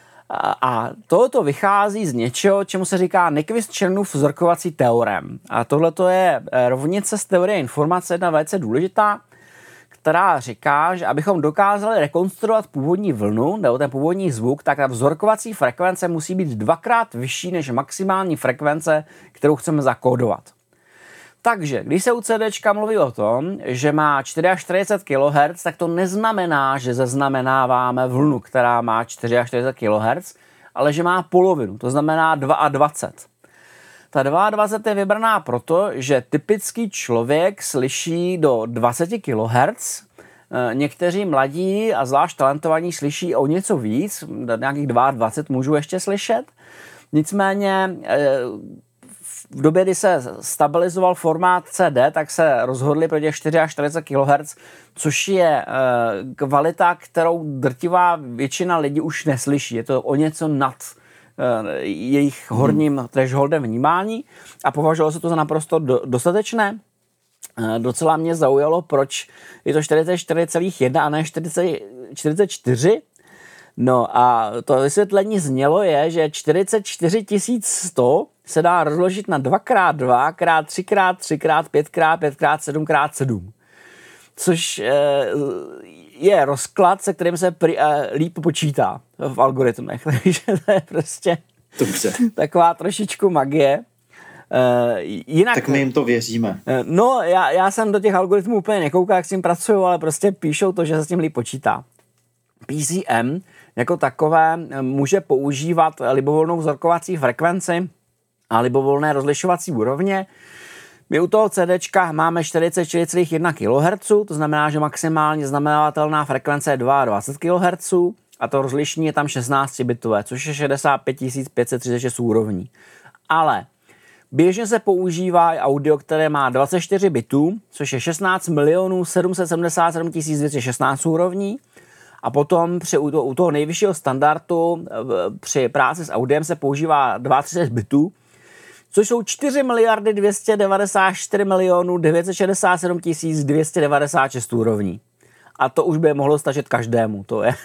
A tohoto vychází z něčeho, čemu se říká Nyquist-Chernův vzorkovací teorem. A tohle je rovnice z teorie informace, jedna velice důležitá, která říká, že abychom dokázali rekonstruovat původní vlnu nebo ten původní zvuk, tak ta vzorkovací frekvence musí být dvakrát vyšší než maximální frekvence, kterou chceme zakódovat. Takže, když se u CDčka mluví o tom, že má 44 kHz, tak to neznamená, že zaznamenáváme vlnu, která má 44 kHz, ale že má polovinu, to znamená 22. Ta 22 je vybraná proto, že typický člověk slyší do 20 kHz, někteří mladí a zvlášť talentovaní slyší o něco víc, nějakých 22 můžu ještě slyšet. Nicméně v době, kdy se stabilizoval formát CD, tak se rozhodli pro těch 44 kHz, což je kvalita, kterou drtivá většina lidí už neslyší. Je to o něco nad jejich horním thresholdem vnímání a považovalo se to za naprosto dostatečné. Docela mě zaujalo, proč je to 44,1 a ne 44. No a to vysvětlení znělo je, že 44 100 se dá rozložit na 2x2, x 3x3, x 5x, 5x, 7x7. Což je rozklad, se kterým se líp počítá v algoritmech. Takže to je prostě dobře. Taková trošičku magie. Jinak, tak my jim to věříme. No, já jsem do těch algoritmů úplně nekoukal, jak s tím pracuju, ale prostě píšou to, že se s tím líp počítá. PCM jako takové může používat libovolnou vzorkovací frekvenci a libovolné rozlišovací úrovně. My u toho CDčka máme 44,1 kHz, to znamená, že maximálně znamenatelná frekvence je 22 kHz a to rozlišení je tam 16-bitové, což je 65 536 úrovní. Ale běžně se používá audio, které má 24 bitů, což je 16 777 216 úrovní. A potom u toho nejvyššího standardu při práci s audiem se používá 32 bitů, což jsou 4 294 967 296 úrovní. A to už by mohlo stačit každému. To je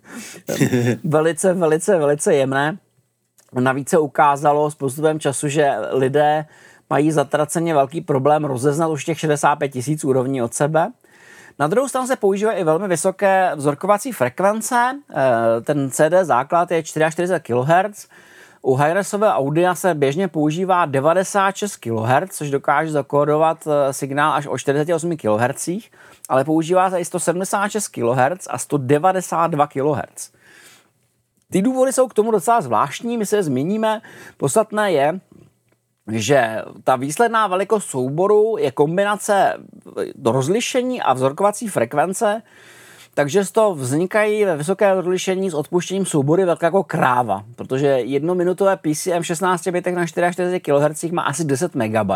velice, velice, velice jemné. Navíc se ukázalo s postupem času, že lidé mají zatraceně velký problém rozeznat už těch 65 000 úrovní od sebe. Na druhou stranu se používají i velmi vysoké vzorkovací frekvence. Ten CD základ je 44 kHz. U high-resového audia se běžně používá 96 kHz, což dokáže zakódovat signál až o 48 kHz, ale používá se i 176 kHz a 192 kHz. Ty důvody jsou k tomu docela zvláštní, my se je zmíníme. Podstatné je, že ta výsledná velikost souboru je kombinace rozlišení a vzorkovací frekvence, takže z toho vznikají ve vysoké rozlišení s odpuštěním soubory velká jako kráva, protože jednominutové PCM 16 bitech na 44 kHz má asi 10 MB.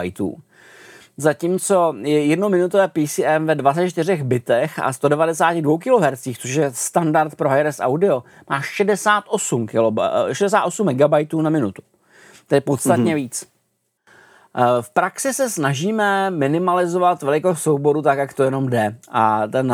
Zatímco jednominutové PCM ve 24 bitech a 192 kHz, což je standard pro high-res audio, má 68 MB na minutu. To je podstatně víc. V praxi se snažíme minimalizovat velikost souboru tak, jak to jenom jde. A ten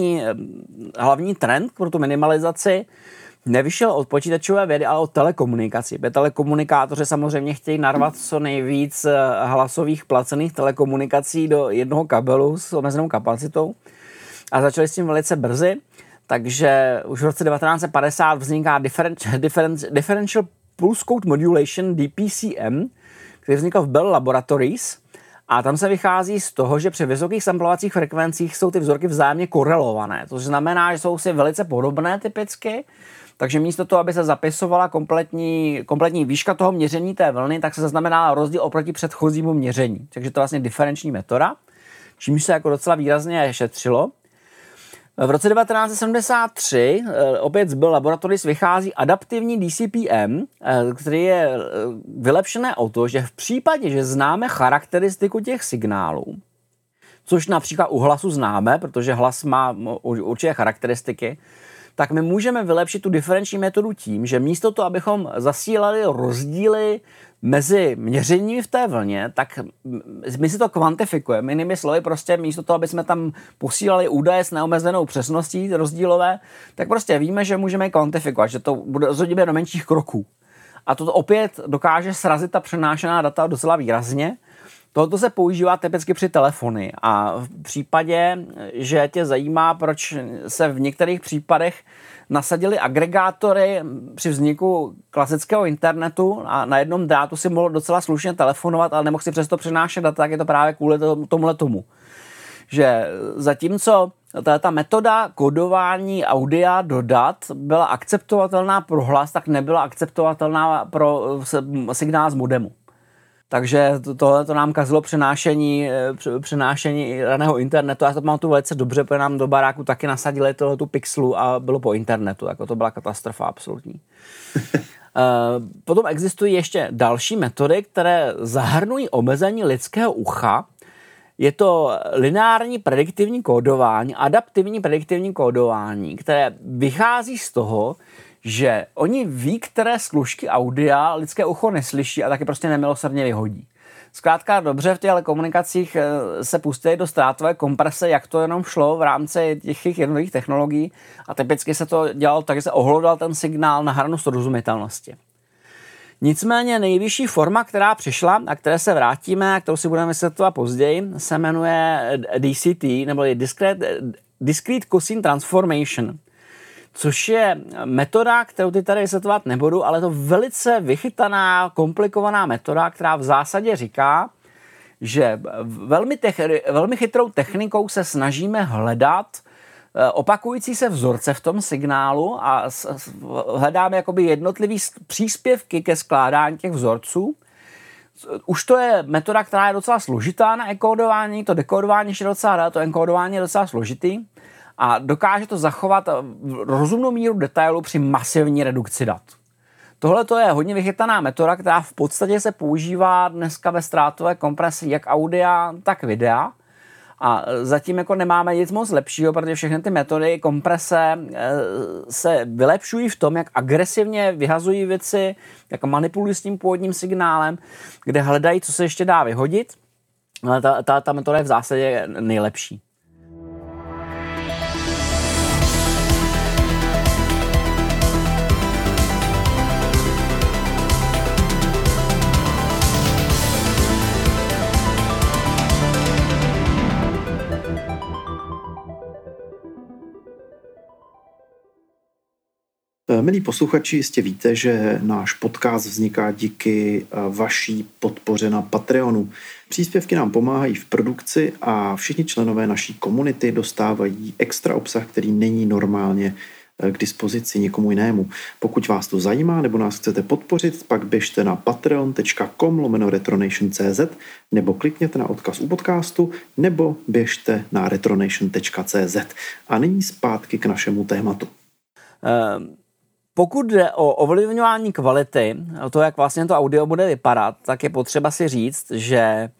hlavní trend pro tu minimalizaci nevyšel od počítačové vědy, ale od telekomunikací. Telekomunikátoři samozřejmě chtějí narvat co nejvíc hlasových placených telekomunikací do jednoho kabelu s omezenou kapacitou a začali s tím velice brzy. Takže už v roce 1950 vzniká Differential Pulse Code Modulation, DPCM, který vznikl v Bell Laboratories. A tam se vychází z toho, že při vysokých samplovacích frekvencích jsou ty vzorky vzájemně korelované. To znamená, že jsou si velice podobné typicky, takže místo toho, aby se zapisovala kompletní výška toho měření té vlny, tak se zaznamená rozdíl oproti předchozímu měření. Takže to je vlastně diferenční metoda, čímž se jako docela výrazně šetřilo. V roce 1973 opět z Bell Laboratories vychází adaptivní DCPM, který je vylepšené o to, že v případě, že známe charakteristiku těch signálů, což například u hlasu známe, protože hlas má určité charakteristiky, tak my můžeme vylepšit tu diferenční metodu tím, že místo toho, abychom zasílali rozdíly mezi měřeními v té vlně, tak my si to kvantifikujeme. Jinými slovy, prostě místo toho, aby jsme tam posílali údaje s neomezenou přesností rozdílové, tak prostě víme, že můžeme kvantifikovat, že to bude rozhodně do menších kroků. A to opět dokáže srazit ta přenášená data docela výrazně. Tohoto se používá typicky při telefony a v případě, že tě zajímá, proč se v některých případech nasadili agregátory při vzniku klasického internetu a na jednom drátu si mohl docela slušně telefonovat, ale nemohl si přesto přenášet data, tak je to právě kvůli tomu. Že zatímco ta metoda kodování audia do dat byla akceptovatelná pro hlas, tak nebyla akceptovatelná pro signál z modemu. Takže tohle to nám kazilo přenášení raného internetu. Já to pamatuju velice dobře, protože nám do baráku taky nasadili tu pixelu a bylo po internetu. Jako to byla katastrofa absolutní. Potom existují ještě další metody, které zahrnují omezení lidského ucha. Je to lineární prediktivní kódování, adaptivní prediktivní kódování, které vychází z toho, že oni ví, které služky audia lidské ucho neslyší a taky prostě nemilosrdně vyhodí. Zkrátka dobře v těchto komunikacích se pustili do ztrátové komprese, jak to jenom šlo v rámci těch jednotlivých technologií a typicky se to dělalo tak, že se ohlodal ten signál na hranu srozumitelnosti. Nicméně nejvyšší forma, která přišla a které se vrátíme a kterou si budeme vysvětlovat později, se jmenuje DCT, nebo Discrete Cosine Transformation, což je metoda, kterou ty tady vysvětlovat nebudu, ale to velice vychytaná, komplikovaná metoda, která v zásadě říká, že velmi chytrou technikou se snažíme hledat opakující se vzorce v tom signálu a hledáme jakoby jednotlivý příspěvky ke skládání těch vzorců. Už to je metoda, která je docela složitá na enkódování, to dekódování je docela rád, to enkódování je docela složitý a dokáže to zachovat rozumnou míru detailu při masivní redukci dat. Tohle to je hodně vychytaná metoda, která v podstatě se používá dneska ve ztrátové kompresi jak audia, tak videa. A zatím jako nemáme nic moc lepšího, protože všechny ty metody komprese se vylepšují v tom, jak agresivně vyhazují věci, jak manipulují s tím původním signálem, kde hledají, co se ještě dá vyhodit. Ale ta metoda je v zásadě nejlepší. Milí posluchači, jistě víte, že náš podcast vzniká díky vaší podpoře na Patreonu. Příspěvky nám pomáhají v produkci a všichni členové naší komunity dostávají extra obsah, který není normálně k dispozici někomu jinému. Pokud vás to zajímá nebo nás chcete podpořit, pak běžte na patreon.com/retronation.cz nebo klikněte na odkaz u podcastu nebo běžte na retronation.cz. A nyní zpátky k našemu tématu. Pokud jde o ovlivňování kvality, o to, jak vlastně to audio bude vypadat, tak je potřeba si říct, že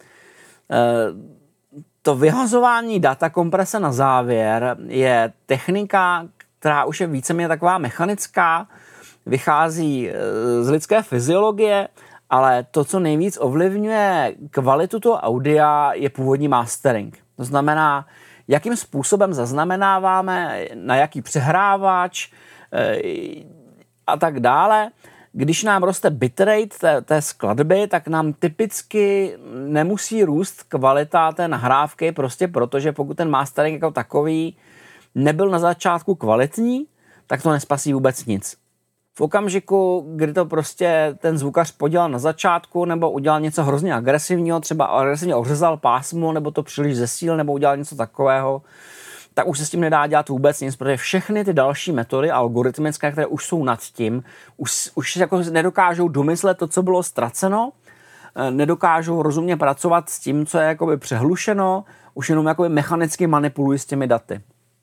to vyhazování data komprese na závěr je technika, která už je víceméně taková mechanická, vychází z lidské fyziologie Ale to, co nejvíc ovlivňuje kvalitu toho audia, je původní mastering. To znamená, jakým způsobem zaznamenáváme, na jaký přehrávač a tak dále. Když nám roste bitrate té skladby, tak nám typicky nemusí růst kvalita té nahrávky, prostě protože pokud ten mastering jako takový nebyl na začátku kvalitní, tak to nespasí vůbec nic. V okamžiku, kdy to prostě ten zvukař podělal na začátku nebo udělal něco hrozně agresivního, třeba agresivně ořezal pásmo nebo to příliš zesílil nebo udělal něco takového, tak už se s tím nedá dělat vůbec nic, protože všechny ty další metody algoritmické, které už jsou nad tím, už jako nedokážou domyslet to, co bylo ztraceno, nedokážou rozumně pracovat s tím, co je jakoby přehlušeno, už jenom jakoby mechanicky manipulují s těmi daty.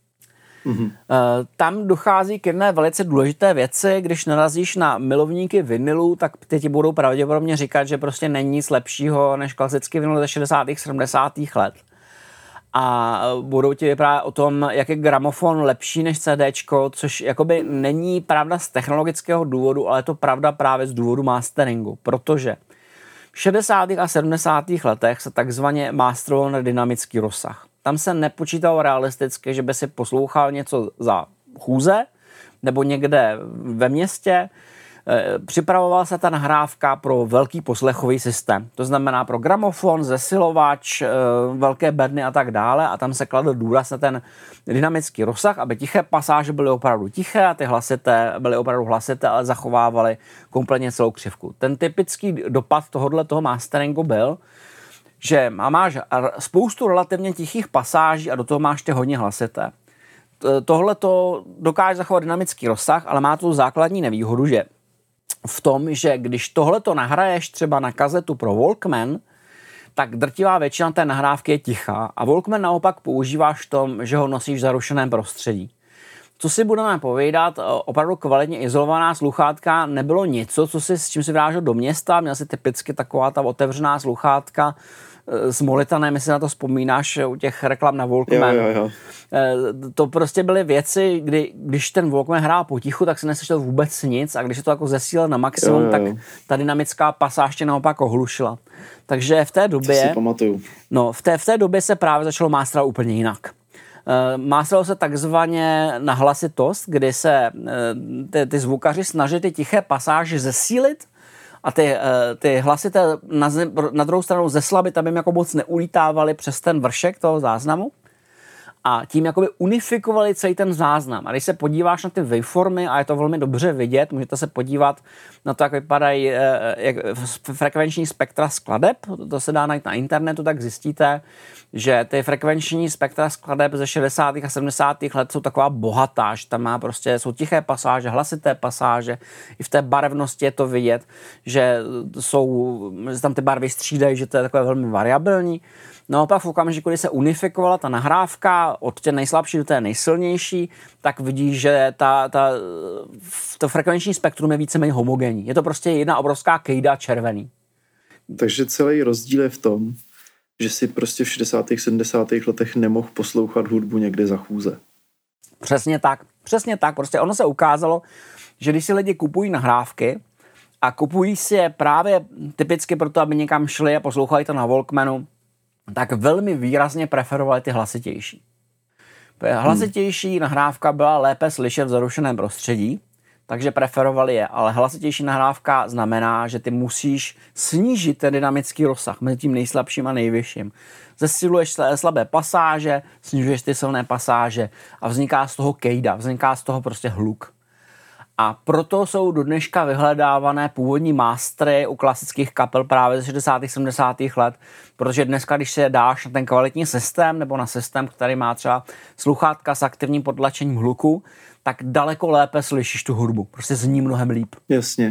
Tam dochází k jedné velice důležité věci, když narazíš na milovníky vinilu, tak ty ti budou pravděpodobně říkat, že prostě není nic lepšího než klasický vinyl ze 60. 70. let. A budou ti vyprávět o tom, jak je gramofon lepší než CDčko, což jakoby není pravda z technologického důvodu, ale je to pravda právě z důvodu masteringu, protože v 60. a 70. letech se takzvaně masterovalo na dynamický rozsah. Tam se nepočítalo realisticky, že by si poslouchal něco za chůze nebo někde ve městě. Připravovala se ta nahrávka pro velký poslechový systém. To znamená pro gramofon, zesilovač, velké bedny a tak dále. A tam se kladl důraz na ten dynamický rozsah, aby tiché pasáže byly opravdu tiché a ty hlasité byly opravdu hlasité, ale zachovávaly kompletně celou křivku. Ten typický dopad toho masteringu byl, že máš spoustu relativně tichých pasáží a do toho máš ty hodně hlasité. Tohle to dokáže zachovat dynamický rozsah, ale má tu základní nevýhodu, že v tom, že když tohleto nahraješ třeba na kazetu pro Walkman, tak drtivá většina té nahrávky je tichá a Walkman naopak používáš v tom, že ho nosíš v zarušeném prostředí. Co si budeme povídat, opravdu kvalitně izolovaná sluchátka nebylo něco, s čím si vyrážel do města, měl si typicky taková ta otevřená sluchátka s Molitanem, jestli na to vzpomínáš u těch reklam na Walkman. Jo. To prostě byly věci, když ten Walkman hrál potichu, tak se neslyšel vůbec nic a když je to jako zesílil na maximum, tak ta dynamická pasáž tě naopak ohlušila. Takže v té době... To si pamatuju. No, v té době se právě začalo mástrat úplně jinak. Mástralo se takzvaně na hlasitost, kdy se ty zvukaři snaží ty tiché pasáže zesílit a ty hlasité na druhou stranu zeslabit, aby jim jako moc neulítávaly přes ten vršek toho záznamu a tím jakoby unifikovali celý ten záznam. A když se podíváš na ty waveformy, a je to velmi dobře vidět, můžete se podívat na to, jak vypadají frekvenční spektra skladeb, to se dá najít na internetu, tak zjistíte, že ty frekvenční spektra skladeb ze 60. a 70. let jsou taková bohatá, že tam jsou tiché pasáže, hlasité pasáže, i v té barevnosti je to vidět, že tam ty barvy střídají, že to je takové velmi variabilní. No pak v okamžiku, kdy se unifikovala ta nahrávka od té nejslabší do té nejsilnější, tak vidíš, že to frekvenční spektrum je víceméně homogenní. Je to prostě jedna obrovská kejda červený. Takže celý rozdíl je v tom, že si prostě v 60. 70. letech nemohl poslouchat hudbu někde za chůze. Přesně tak. Prostě ono se ukázalo, že když si lidi kupují nahrávky a kupují si je právě typicky proto, aby někam šli a poslouchali to na Walkmanu, tak velmi výrazně preferovali ty hlasitější. Hlasitější nahrávka byla lépe slyšet v zarušeném prostředí, takže preferovali je, ale hlasitější nahrávka znamená, že ty musíš snížit ten dynamický rozsah mezi tím nejslabším a nejvyšším. Zesiluješ slabé pasáže, snižuješ ty silné pasáže a vzniká z toho kejda, vzniká z toho prostě hluk. A proto jsou do dneška vyhledávané původní mástry u klasických kapel právě ze 60. 70. let, protože dneska, když se dáš na ten kvalitní systém nebo na systém, který má třeba sluchátka s aktivním potlačením hluku, tak daleko lépe slyšíš tu hudbu. Prostě zní mnohem líp. Jasně.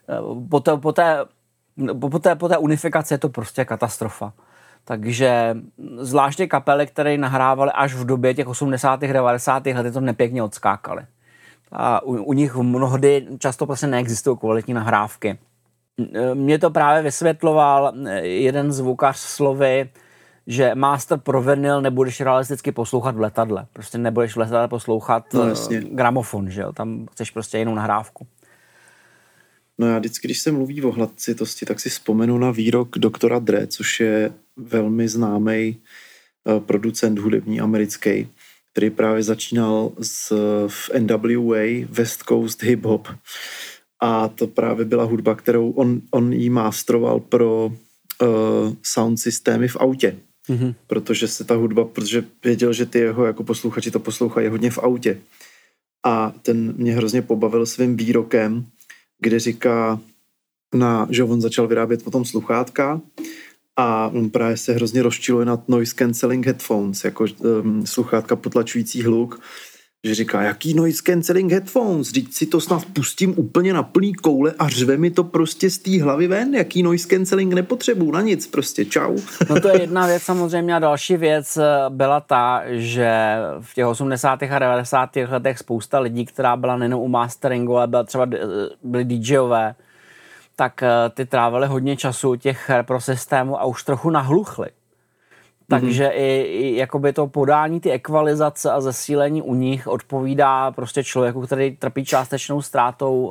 Po té unifikaci je to prostě katastrofa. Takže zvláště kapely, které nahrávaly až v době těch 80. 90. let, to nepěkně odskákaly. A u nich mnohdy často prostě neexistují kvalitní nahrávky. Mě to právě vysvětloval jeden zvukař slovy, že master pro vinyl nebudeš realisticky poslouchat v letadle. Prostě nebudeš v letadle poslouchat gramofon, že jo? Tam chceš prostě jinou nahrávku. No já vždycky, když se mluví o hlasitosti, tak si vzpomenu na výrok doktora Dre, což je velmi známý producent hudební americký, který právě začínal v NWA, West Coast Hip Hop. A to právě byla hudba, kterou on jí mástroval pro sound systémy v autě. Mm-hmm. Protože věděl, že ty jeho jako posluchači to poslouchají hodně v autě. A ten mě hrozně pobavil svým výrokem, kde říká, že on začal vyrábět potom sluchátka a on právě se hrozně rozčiluje nad noise cancelling headphones, jako sluchátka potlačující hluk, že říká, jaký noise cancelling headphones, vždyť si to snad pustím úplně na plný koule a řve mi to prostě z té hlavy ven, jaký noise cancelling nepotřebuju, na nic, prostě čau. No to je jedna věc samozřejmě a další věc byla ta, že v těch 80. a 90. letech spousta lidí, která byla nejenom u masteringu, ale byla třeba byli DJové, tak ty trávili hodně času u těch reprosystémů a už trochu nahluchli. Takže i jakoby to podání, ty ekvalizace a zesílení u nich odpovídá prostě člověku, který trpí částečnou ztrátou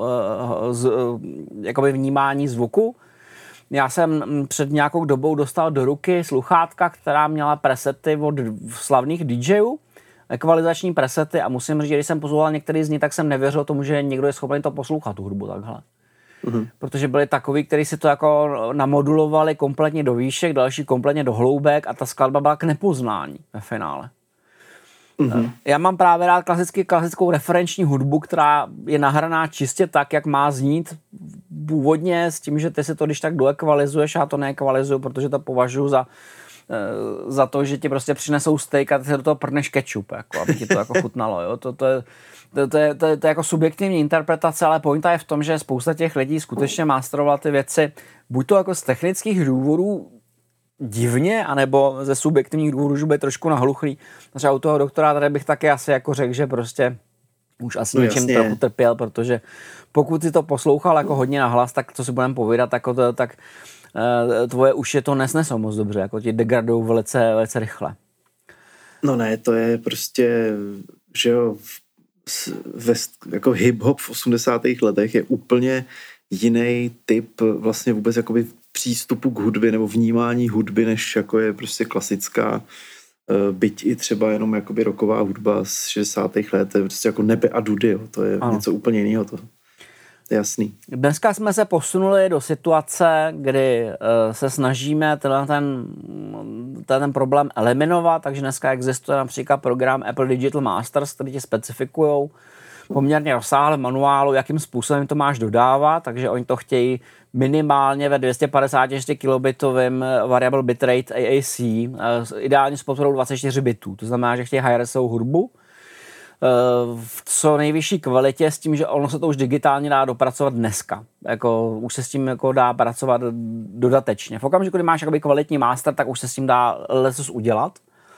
jakoby vnímání zvuku. Já jsem před nějakou dobou dostal do ruky sluchátka, která měla presety od slavných DJů, ekvalizační presety a musím říct, že když jsem poslouchal některý z nich, tak jsem nevěřil tomu, že někdo je schopen to poslouchat, tu hudbu takhle. Protože byli takový, kteří si to jako namodulovali kompletně do výšek, další kompletně do hloubek a ta skladba byla k nepoznání ve finále. Já mám právě rád klasickou referenční hudbu, která je nahraná čistě tak, jak má znít původně, s tím, že ty si to když tak doekvalizuješ, já to neekvalizuju, protože to považuji za to, že ti prostě přinesou steak a ty se do toho prneš kečup, jako, aby ti to jako chutnalo. Jo? To je jako subjektivní interpretace, ale pointa je v tom, že spousta těch lidí skutečně masterovala ty věci buď to jako z technických důvodů divně, anebo ze subjektivních důvodů, že bude trošku nahluchlý. Třeba u toho doktora tady bych taky asi jako řekl, že prostě už asi něčím trochu trpěl, protože pokud si to poslouchal jako hodně nahlas, tak co si budeme povídat, tak tvoje uši to nesnesou moc dobře, jako ti degradují velice, velice rychle. No ne, to je prostě, že jo, jako hip-hop v 80. letech je úplně jiný typ vlastně vůbec jakoby přístupu k hudbě nebo vnímání hudby, než jako je prostě klasická, byť i třeba jenom jakoby rocková hudba z 60. let, to je prostě jako nebe a dudy, jo. To je něco úplně jiného, to je jasný. Dneska jsme se posunuli do situace, kdy se snažíme ten problém eliminovat, takže dneska existuje například program Apple Digital Masters, který ti specifikujou poměrně rozsáhlé manuálu, jakým způsobem to máš dodávat, takže oni to chtějí minimálně ve 256 kilobitovém variable bitrate AAC, ideálně s podporou 24 bitů, to znamená, že chtějí high-resovou hudbu v co nejvyšší kvalitě s tím, že ono se to už digitálně dá dopracovat dneska. Jako, už se s tím jako dá pracovat dodatečně. V okamžiku, kdy máš jakoby kvalitní master, tak už se s tím dá lecos udělat.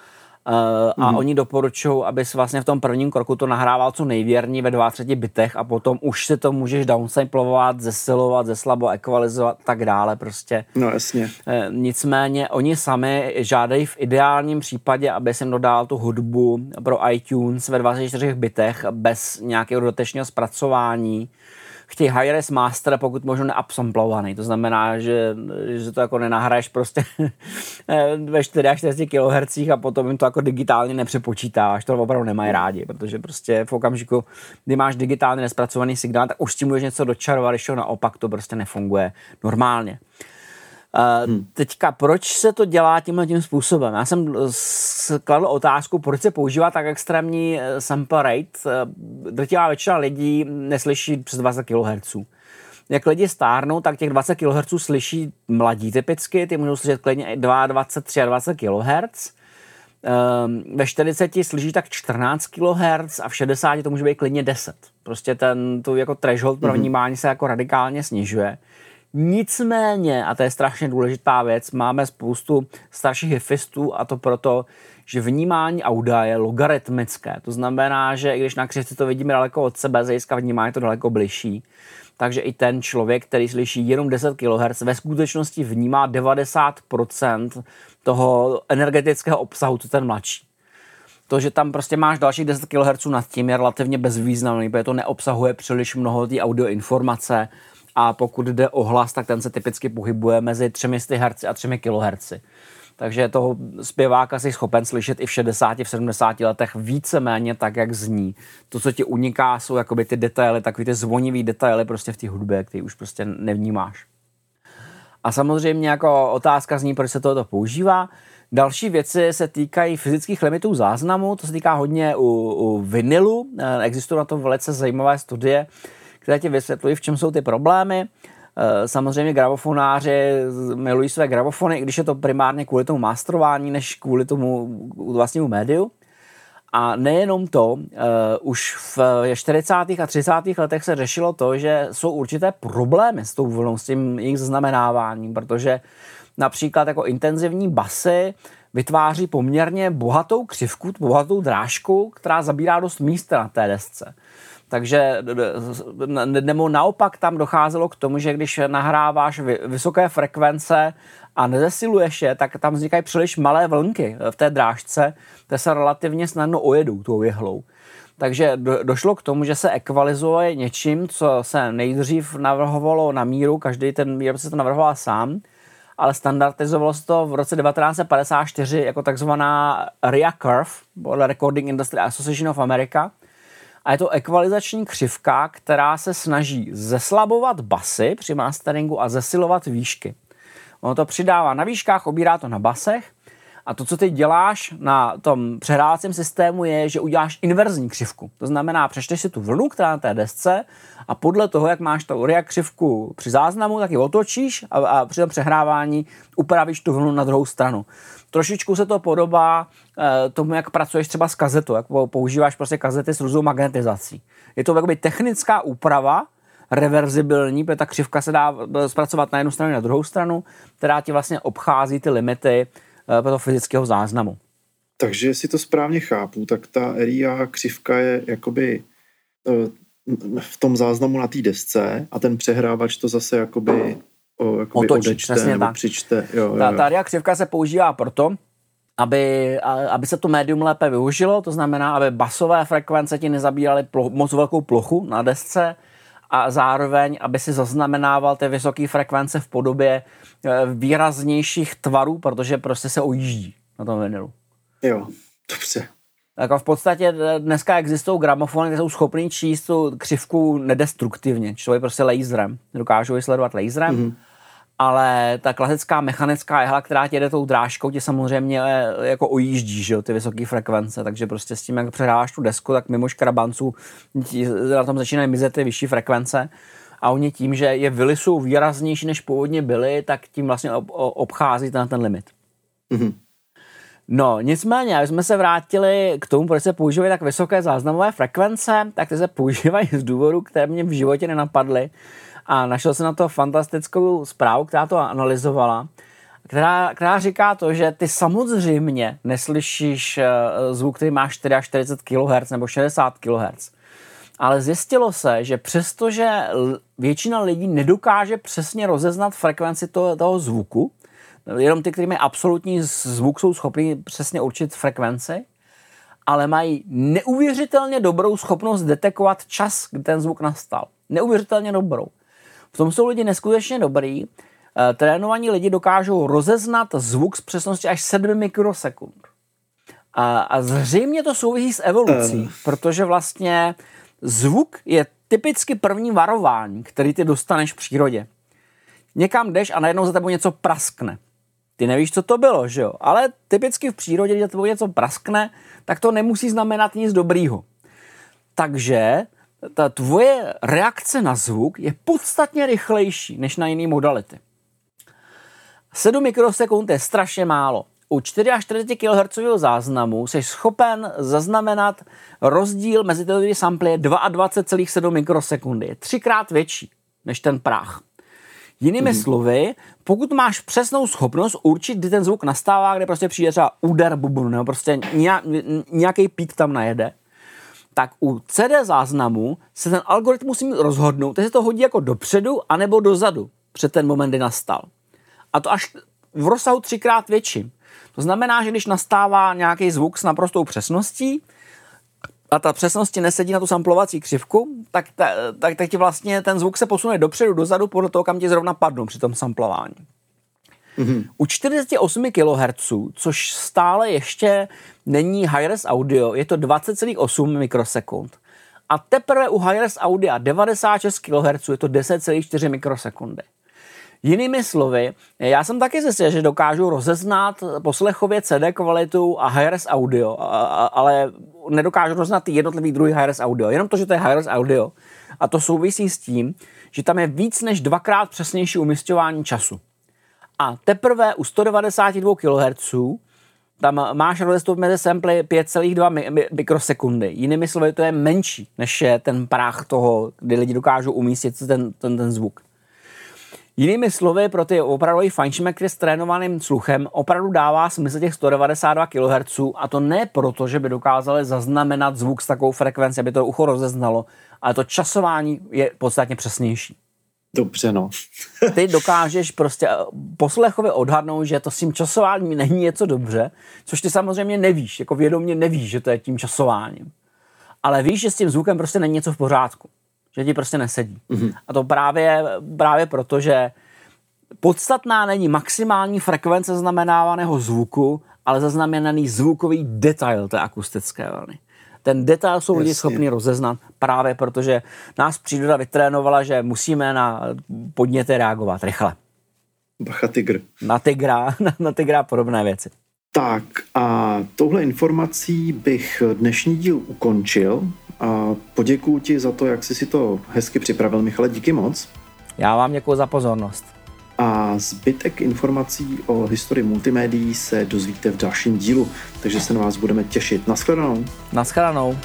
A oni doporučují, abys vlastně v tom prvním kroku to nahrával co nejvěrněji ve 32 bitech a potom už si to můžeš downsamplovat, zesilovat, zeslabo, ekvalizovat a tak dále prostě. No jasně. Nicméně oni sami žádají v ideálním případě, aby jsem dodal tu hudbu pro iTunes ve 24 bitech bez nějakého dodatečného zpracování. Chtějí high-res master, pokud možno neupsamplovaný. To znamená, že to jako nenahraješ prostě ve 44 kHz a potom jim to jako digitálně nepřepočítáváš. To opravdu nemají rádi, protože prostě v okamžiku, kdy máš digitálně nespracovaný signál, tak už s tím můžeš něco dočarovat, když to naopak to prostě nefunguje normálně. Teďka, proč se to dělá tímhle způsobem? Já jsem skladl otázku, proč se používá tak extrémní sample rate. Drtivá většina lidí neslyší přes 20 kHz. Jak lidi stárnou, tak těch 20 kHz slyší mladí typicky, ty můžou slyšet klidně 22, 23 kHz. Ve 40 slyší tak 14 kHz a v 60 to může být klidně 10. Prostě ten jako threshold pro vnímání se jako radikálně snižuje. Nicméně, a to je strašně důležitá věc, máme spoustu starších hifistů a to proto, že vnímání audia je logaritmické. To znamená, že i když na křivci to vidíme daleko od sebe, z hlediska vnímání to daleko bližší. Takže i ten člověk, který slyší jenom 10 kHz, ve skutečnosti vnímá 90% toho energetického obsahu, co ten mladší. To, že tam prostě máš dalších 10 kHz nad tím, je relativně bezvýznamný, protože to neobsahuje příliš mnoho té audio informace a pokud jde o hlas, tak ten se typicky pohybuje mezi 300 Hz a 3 kHz. Takže toho zpěváka jsi schopen slyšet i v 60, v 70 letech víceméně tak, jak zní. To, co ti uniká, jsou jakoby ty detaily, takový ty zvonivý detaily prostě v té hudbě, který už prostě nevnímáš. A samozřejmě jako otázka zní, proč se tohoto používá. Další věci se týkají fyzických limitů záznamu, to se týká hodně u vinilu. Existují na to velice zajímavé studie, které ti vysvětlují, v čem jsou ty problémy. Samozřejmě gramofonáři milují své gramofony, i když je to primárně kvůli tomu masterování, než kvůli tomu vlastnímu médiu. A nejenom to, už v 40. a 30. letech se řešilo to, že jsou určité problémy s tou vlnou, s tím jejich zaznamenáváním, protože například jako intenzivní basy vytváří poměrně bohatou křivku, bohatou drážku, která zabírá dost místa na té desce. Takže nebo naopak tam docházelo k tomu, že když nahráváš vysoké frekvence a nezesiluješ je, tak tam vznikají příliš malé vlnky v té drážce, které se relativně snadno ojedou tou jehlou. Takže došlo k tomu, že se ekvalizuje něčím, co se nejdřív navrhovalo na míru, každý ten výrobce to navrhoval sám, ale standardizovalo se to v roce 1954 jako takzvaná RIA curve, podle Recording Industry Association of America. A je to ekvalizační křivka, která se snaží zeslabovat basy při masteringu a zesilovat výšky. Ono to přidává na výškách, obírá to na basech a to, co ty děláš na tom přehrávacím systému, je, že uděláš inverzní křivku. To znamená, přečteš si tu vlnu, která na té desce a podle toho, jak máš tu RIA křivku při záznamu, tak ji otočíš a při tom přehrávání upravíš tu vlnu na druhou stranu. Trošičku se to podobá tomu, jak pracuješ třeba s kazetou, jak používáš prostě kazety s různou magnetizací. Je to jakoby technická úprava, reverzibilní, protože ta křivka se dá zpracovat na jednu stranu na druhou stranu, která ti vlastně obchází ty limity toho fyzického záznamu. Takže jestli to správně chápu, tak ta RIA křivka je jakoby v tom záznamu na té desce a ten přehrávač to zase jakoby odečte nebo přičte. Ta RIA křivka se používá proto, aby se to médium lépe využilo, to znamená, aby basové frekvence ti nezabíraly moc velkou plochu na desce a zároveň, aby si zaznamenával ty vysoké frekvence v podobě výraznějších tvarů, protože prostě se ojíždí na tom vinilu. Jo, dobře. Jako v podstatě dneska existují gramofony, které jsou schopný číst tu křivku nedestruktivně, člověk prostě laserem, dokážou ji sledovat laserem, ale ta klasická mechanická jehla, která ti jede tou drážkou, ti samozřejmě jako ojíždí, že jo, ty vysoké frekvence, takže prostě s tím, jak přehráváš tu desku, tak mimo škrabanců na tom začínají mizet ty vyšší frekvence a oni tím, že je vylisují výraznější, než původně byly, tak tím vlastně obchází ten limit. Mm-hmm. No, nicméně, aby jsme se vrátili k tomu, proč se používají tak vysoké záznamové frekvence, tak ty se používají z důvodu, které mě v životě nenapadly. A našel jsem na to fantastickou zprávu, která to analyzovala, která říká to, že ty samozřejmě neslyšíš zvuk, který má 44 kHz nebo 60 kHz. Ale zjistilo se, že přestože většina lidí nedokáže přesně rozeznat frekvenci toho zvuku, jenom ty, kteří mají absolutní zvuk, jsou schopni přesně určit frekvenci, ale mají neuvěřitelně dobrou schopnost detekovat čas, kdy ten zvuk nastal. Neuvěřitelně dobrou. V tom jsou lidi neskutečně dobrý. Trénovaní lidi dokážou rozeznat zvuk s přesností až 7 mikrosekund. A zřejmě to souvisí s evolucí, protože vlastně zvuk je typicky první varování, který ty dostaneš v přírodě. Někam jdeš a najednou za tebou něco praskne. Ty nevíš, co to bylo, že jo? Ale typicky v přírodě, když za tebou něco praskne, tak to nemusí znamenat nic dobrýho. Takže ta tvoje reakce na zvuk je podstatně rychlejší než na jiné modality. 7 mikrosekund je strašně málo. U 44 kHz záznamu jsi schopen zaznamenat rozdíl mezi těmi samply 22,7 mikrosekundy. Je 3krát větší než ten práh. Jinými slovy, pokud máš přesnou schopnost určit, kdy ten zvuk nastává, kde prostě přijde třeba úder bubnu, nebo prostě nějaký pík tam najede, tak u CD záznamu se ten algoritmus musí rozhodnout, jestli to hodí jako dopředu, anebo dozadu před ten moment, kdy nastal. A to až v rozsahu 3krát větším. To znamená, že když nastává nějaký zvuk s naprostou přesností, a ta přesnost ti nesedí na tu samplovací křivku, tak ti vlastně ten zvuk se posune dopředu, dozadu podle toho, kam ti zrovna padnou při tom samplování. U 48 kHz, což stále ještě není high-res audio, je to 20,8 mikrosekund. A teprve u high-res audia 96 kHz je to 10,4 mikrosekundy. Jinými slovy, já jsem taky zjistil, že dokážu rozeznat poslechově CD kvalitu a high-res audio, ale nedokážu rozeznat ty jednotlivý druhy high-res audio. Jenom to, že to je high-res audio. A to souvisí s tím, že tam je víc než 2x přesnější umisťování času. A teprve u 192 kHz tam máš rozestup mezi samply 5,2 mikrosekundy. Jinými slovy, to je menší, než je ten práh toho, kdy lidi dokážou umístit ten zvuk. Jinými slovy, pro ty opravdu fajnšmekry s trénovaným sluchem opravdu dává smysl těch 192 kHz a to ne proto, že by dokázali zaznamenat zvuk s takovou frekvencí, aby to ucho rozeznalo, ale to časování je podstatně přesnější. Dobře, no. Ty dokážeš prostě poslechově odhadnout, že to s tím časováním není něco dobře, což ty samozřejmě nevíš, jako vědomě nevíš, že to je tím časováním. Ale víš, že s tím zvukem prostě není něco v pořádku, že ti prostě nesedí. A to právě proto, že podstatná není maximální frekvence zaznamenávaného zvuku, ale zaznamenaný zvukový detail té akustické vlny. Ten detail jsou lidi schopni rozeznat právě protože nás příroda vytrénovala, že musíme na podněty reagovat rychle. Bacha tygr. Na tygra podobné věci. Tak a touhle informací bych dnešní díl ukončil a poděkuju ti za to, jak jsi si to hezky připravil, Michale, díky moc. Já vám děkuji za pozornost. A zbytek informací o historii multimédií se dozvíte v dalším dílu, takže se na vás budeme těšit. Naschledanou. Naschledanou.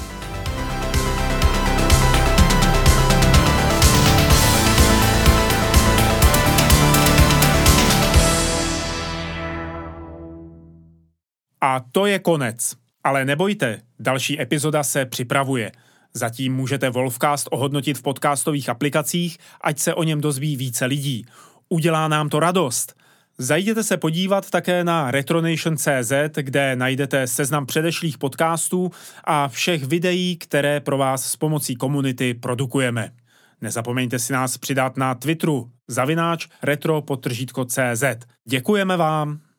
A to je konec. Ale nebojte, další epizoda se připravuje. Zatím můžete Wolfcast ohodnotit v podcastových aplikacích, ať se o něm dozví více lidí. Udělá nám to radost. Zajděte se podívat také na retronation.cz, kde najdete seznam předešlých podcastů a všech videí, které pro vás s pomocí komunity produkujeme. Nezapomeňte si nás přidat na Twitteru /retro_cz. Děkujeme vám.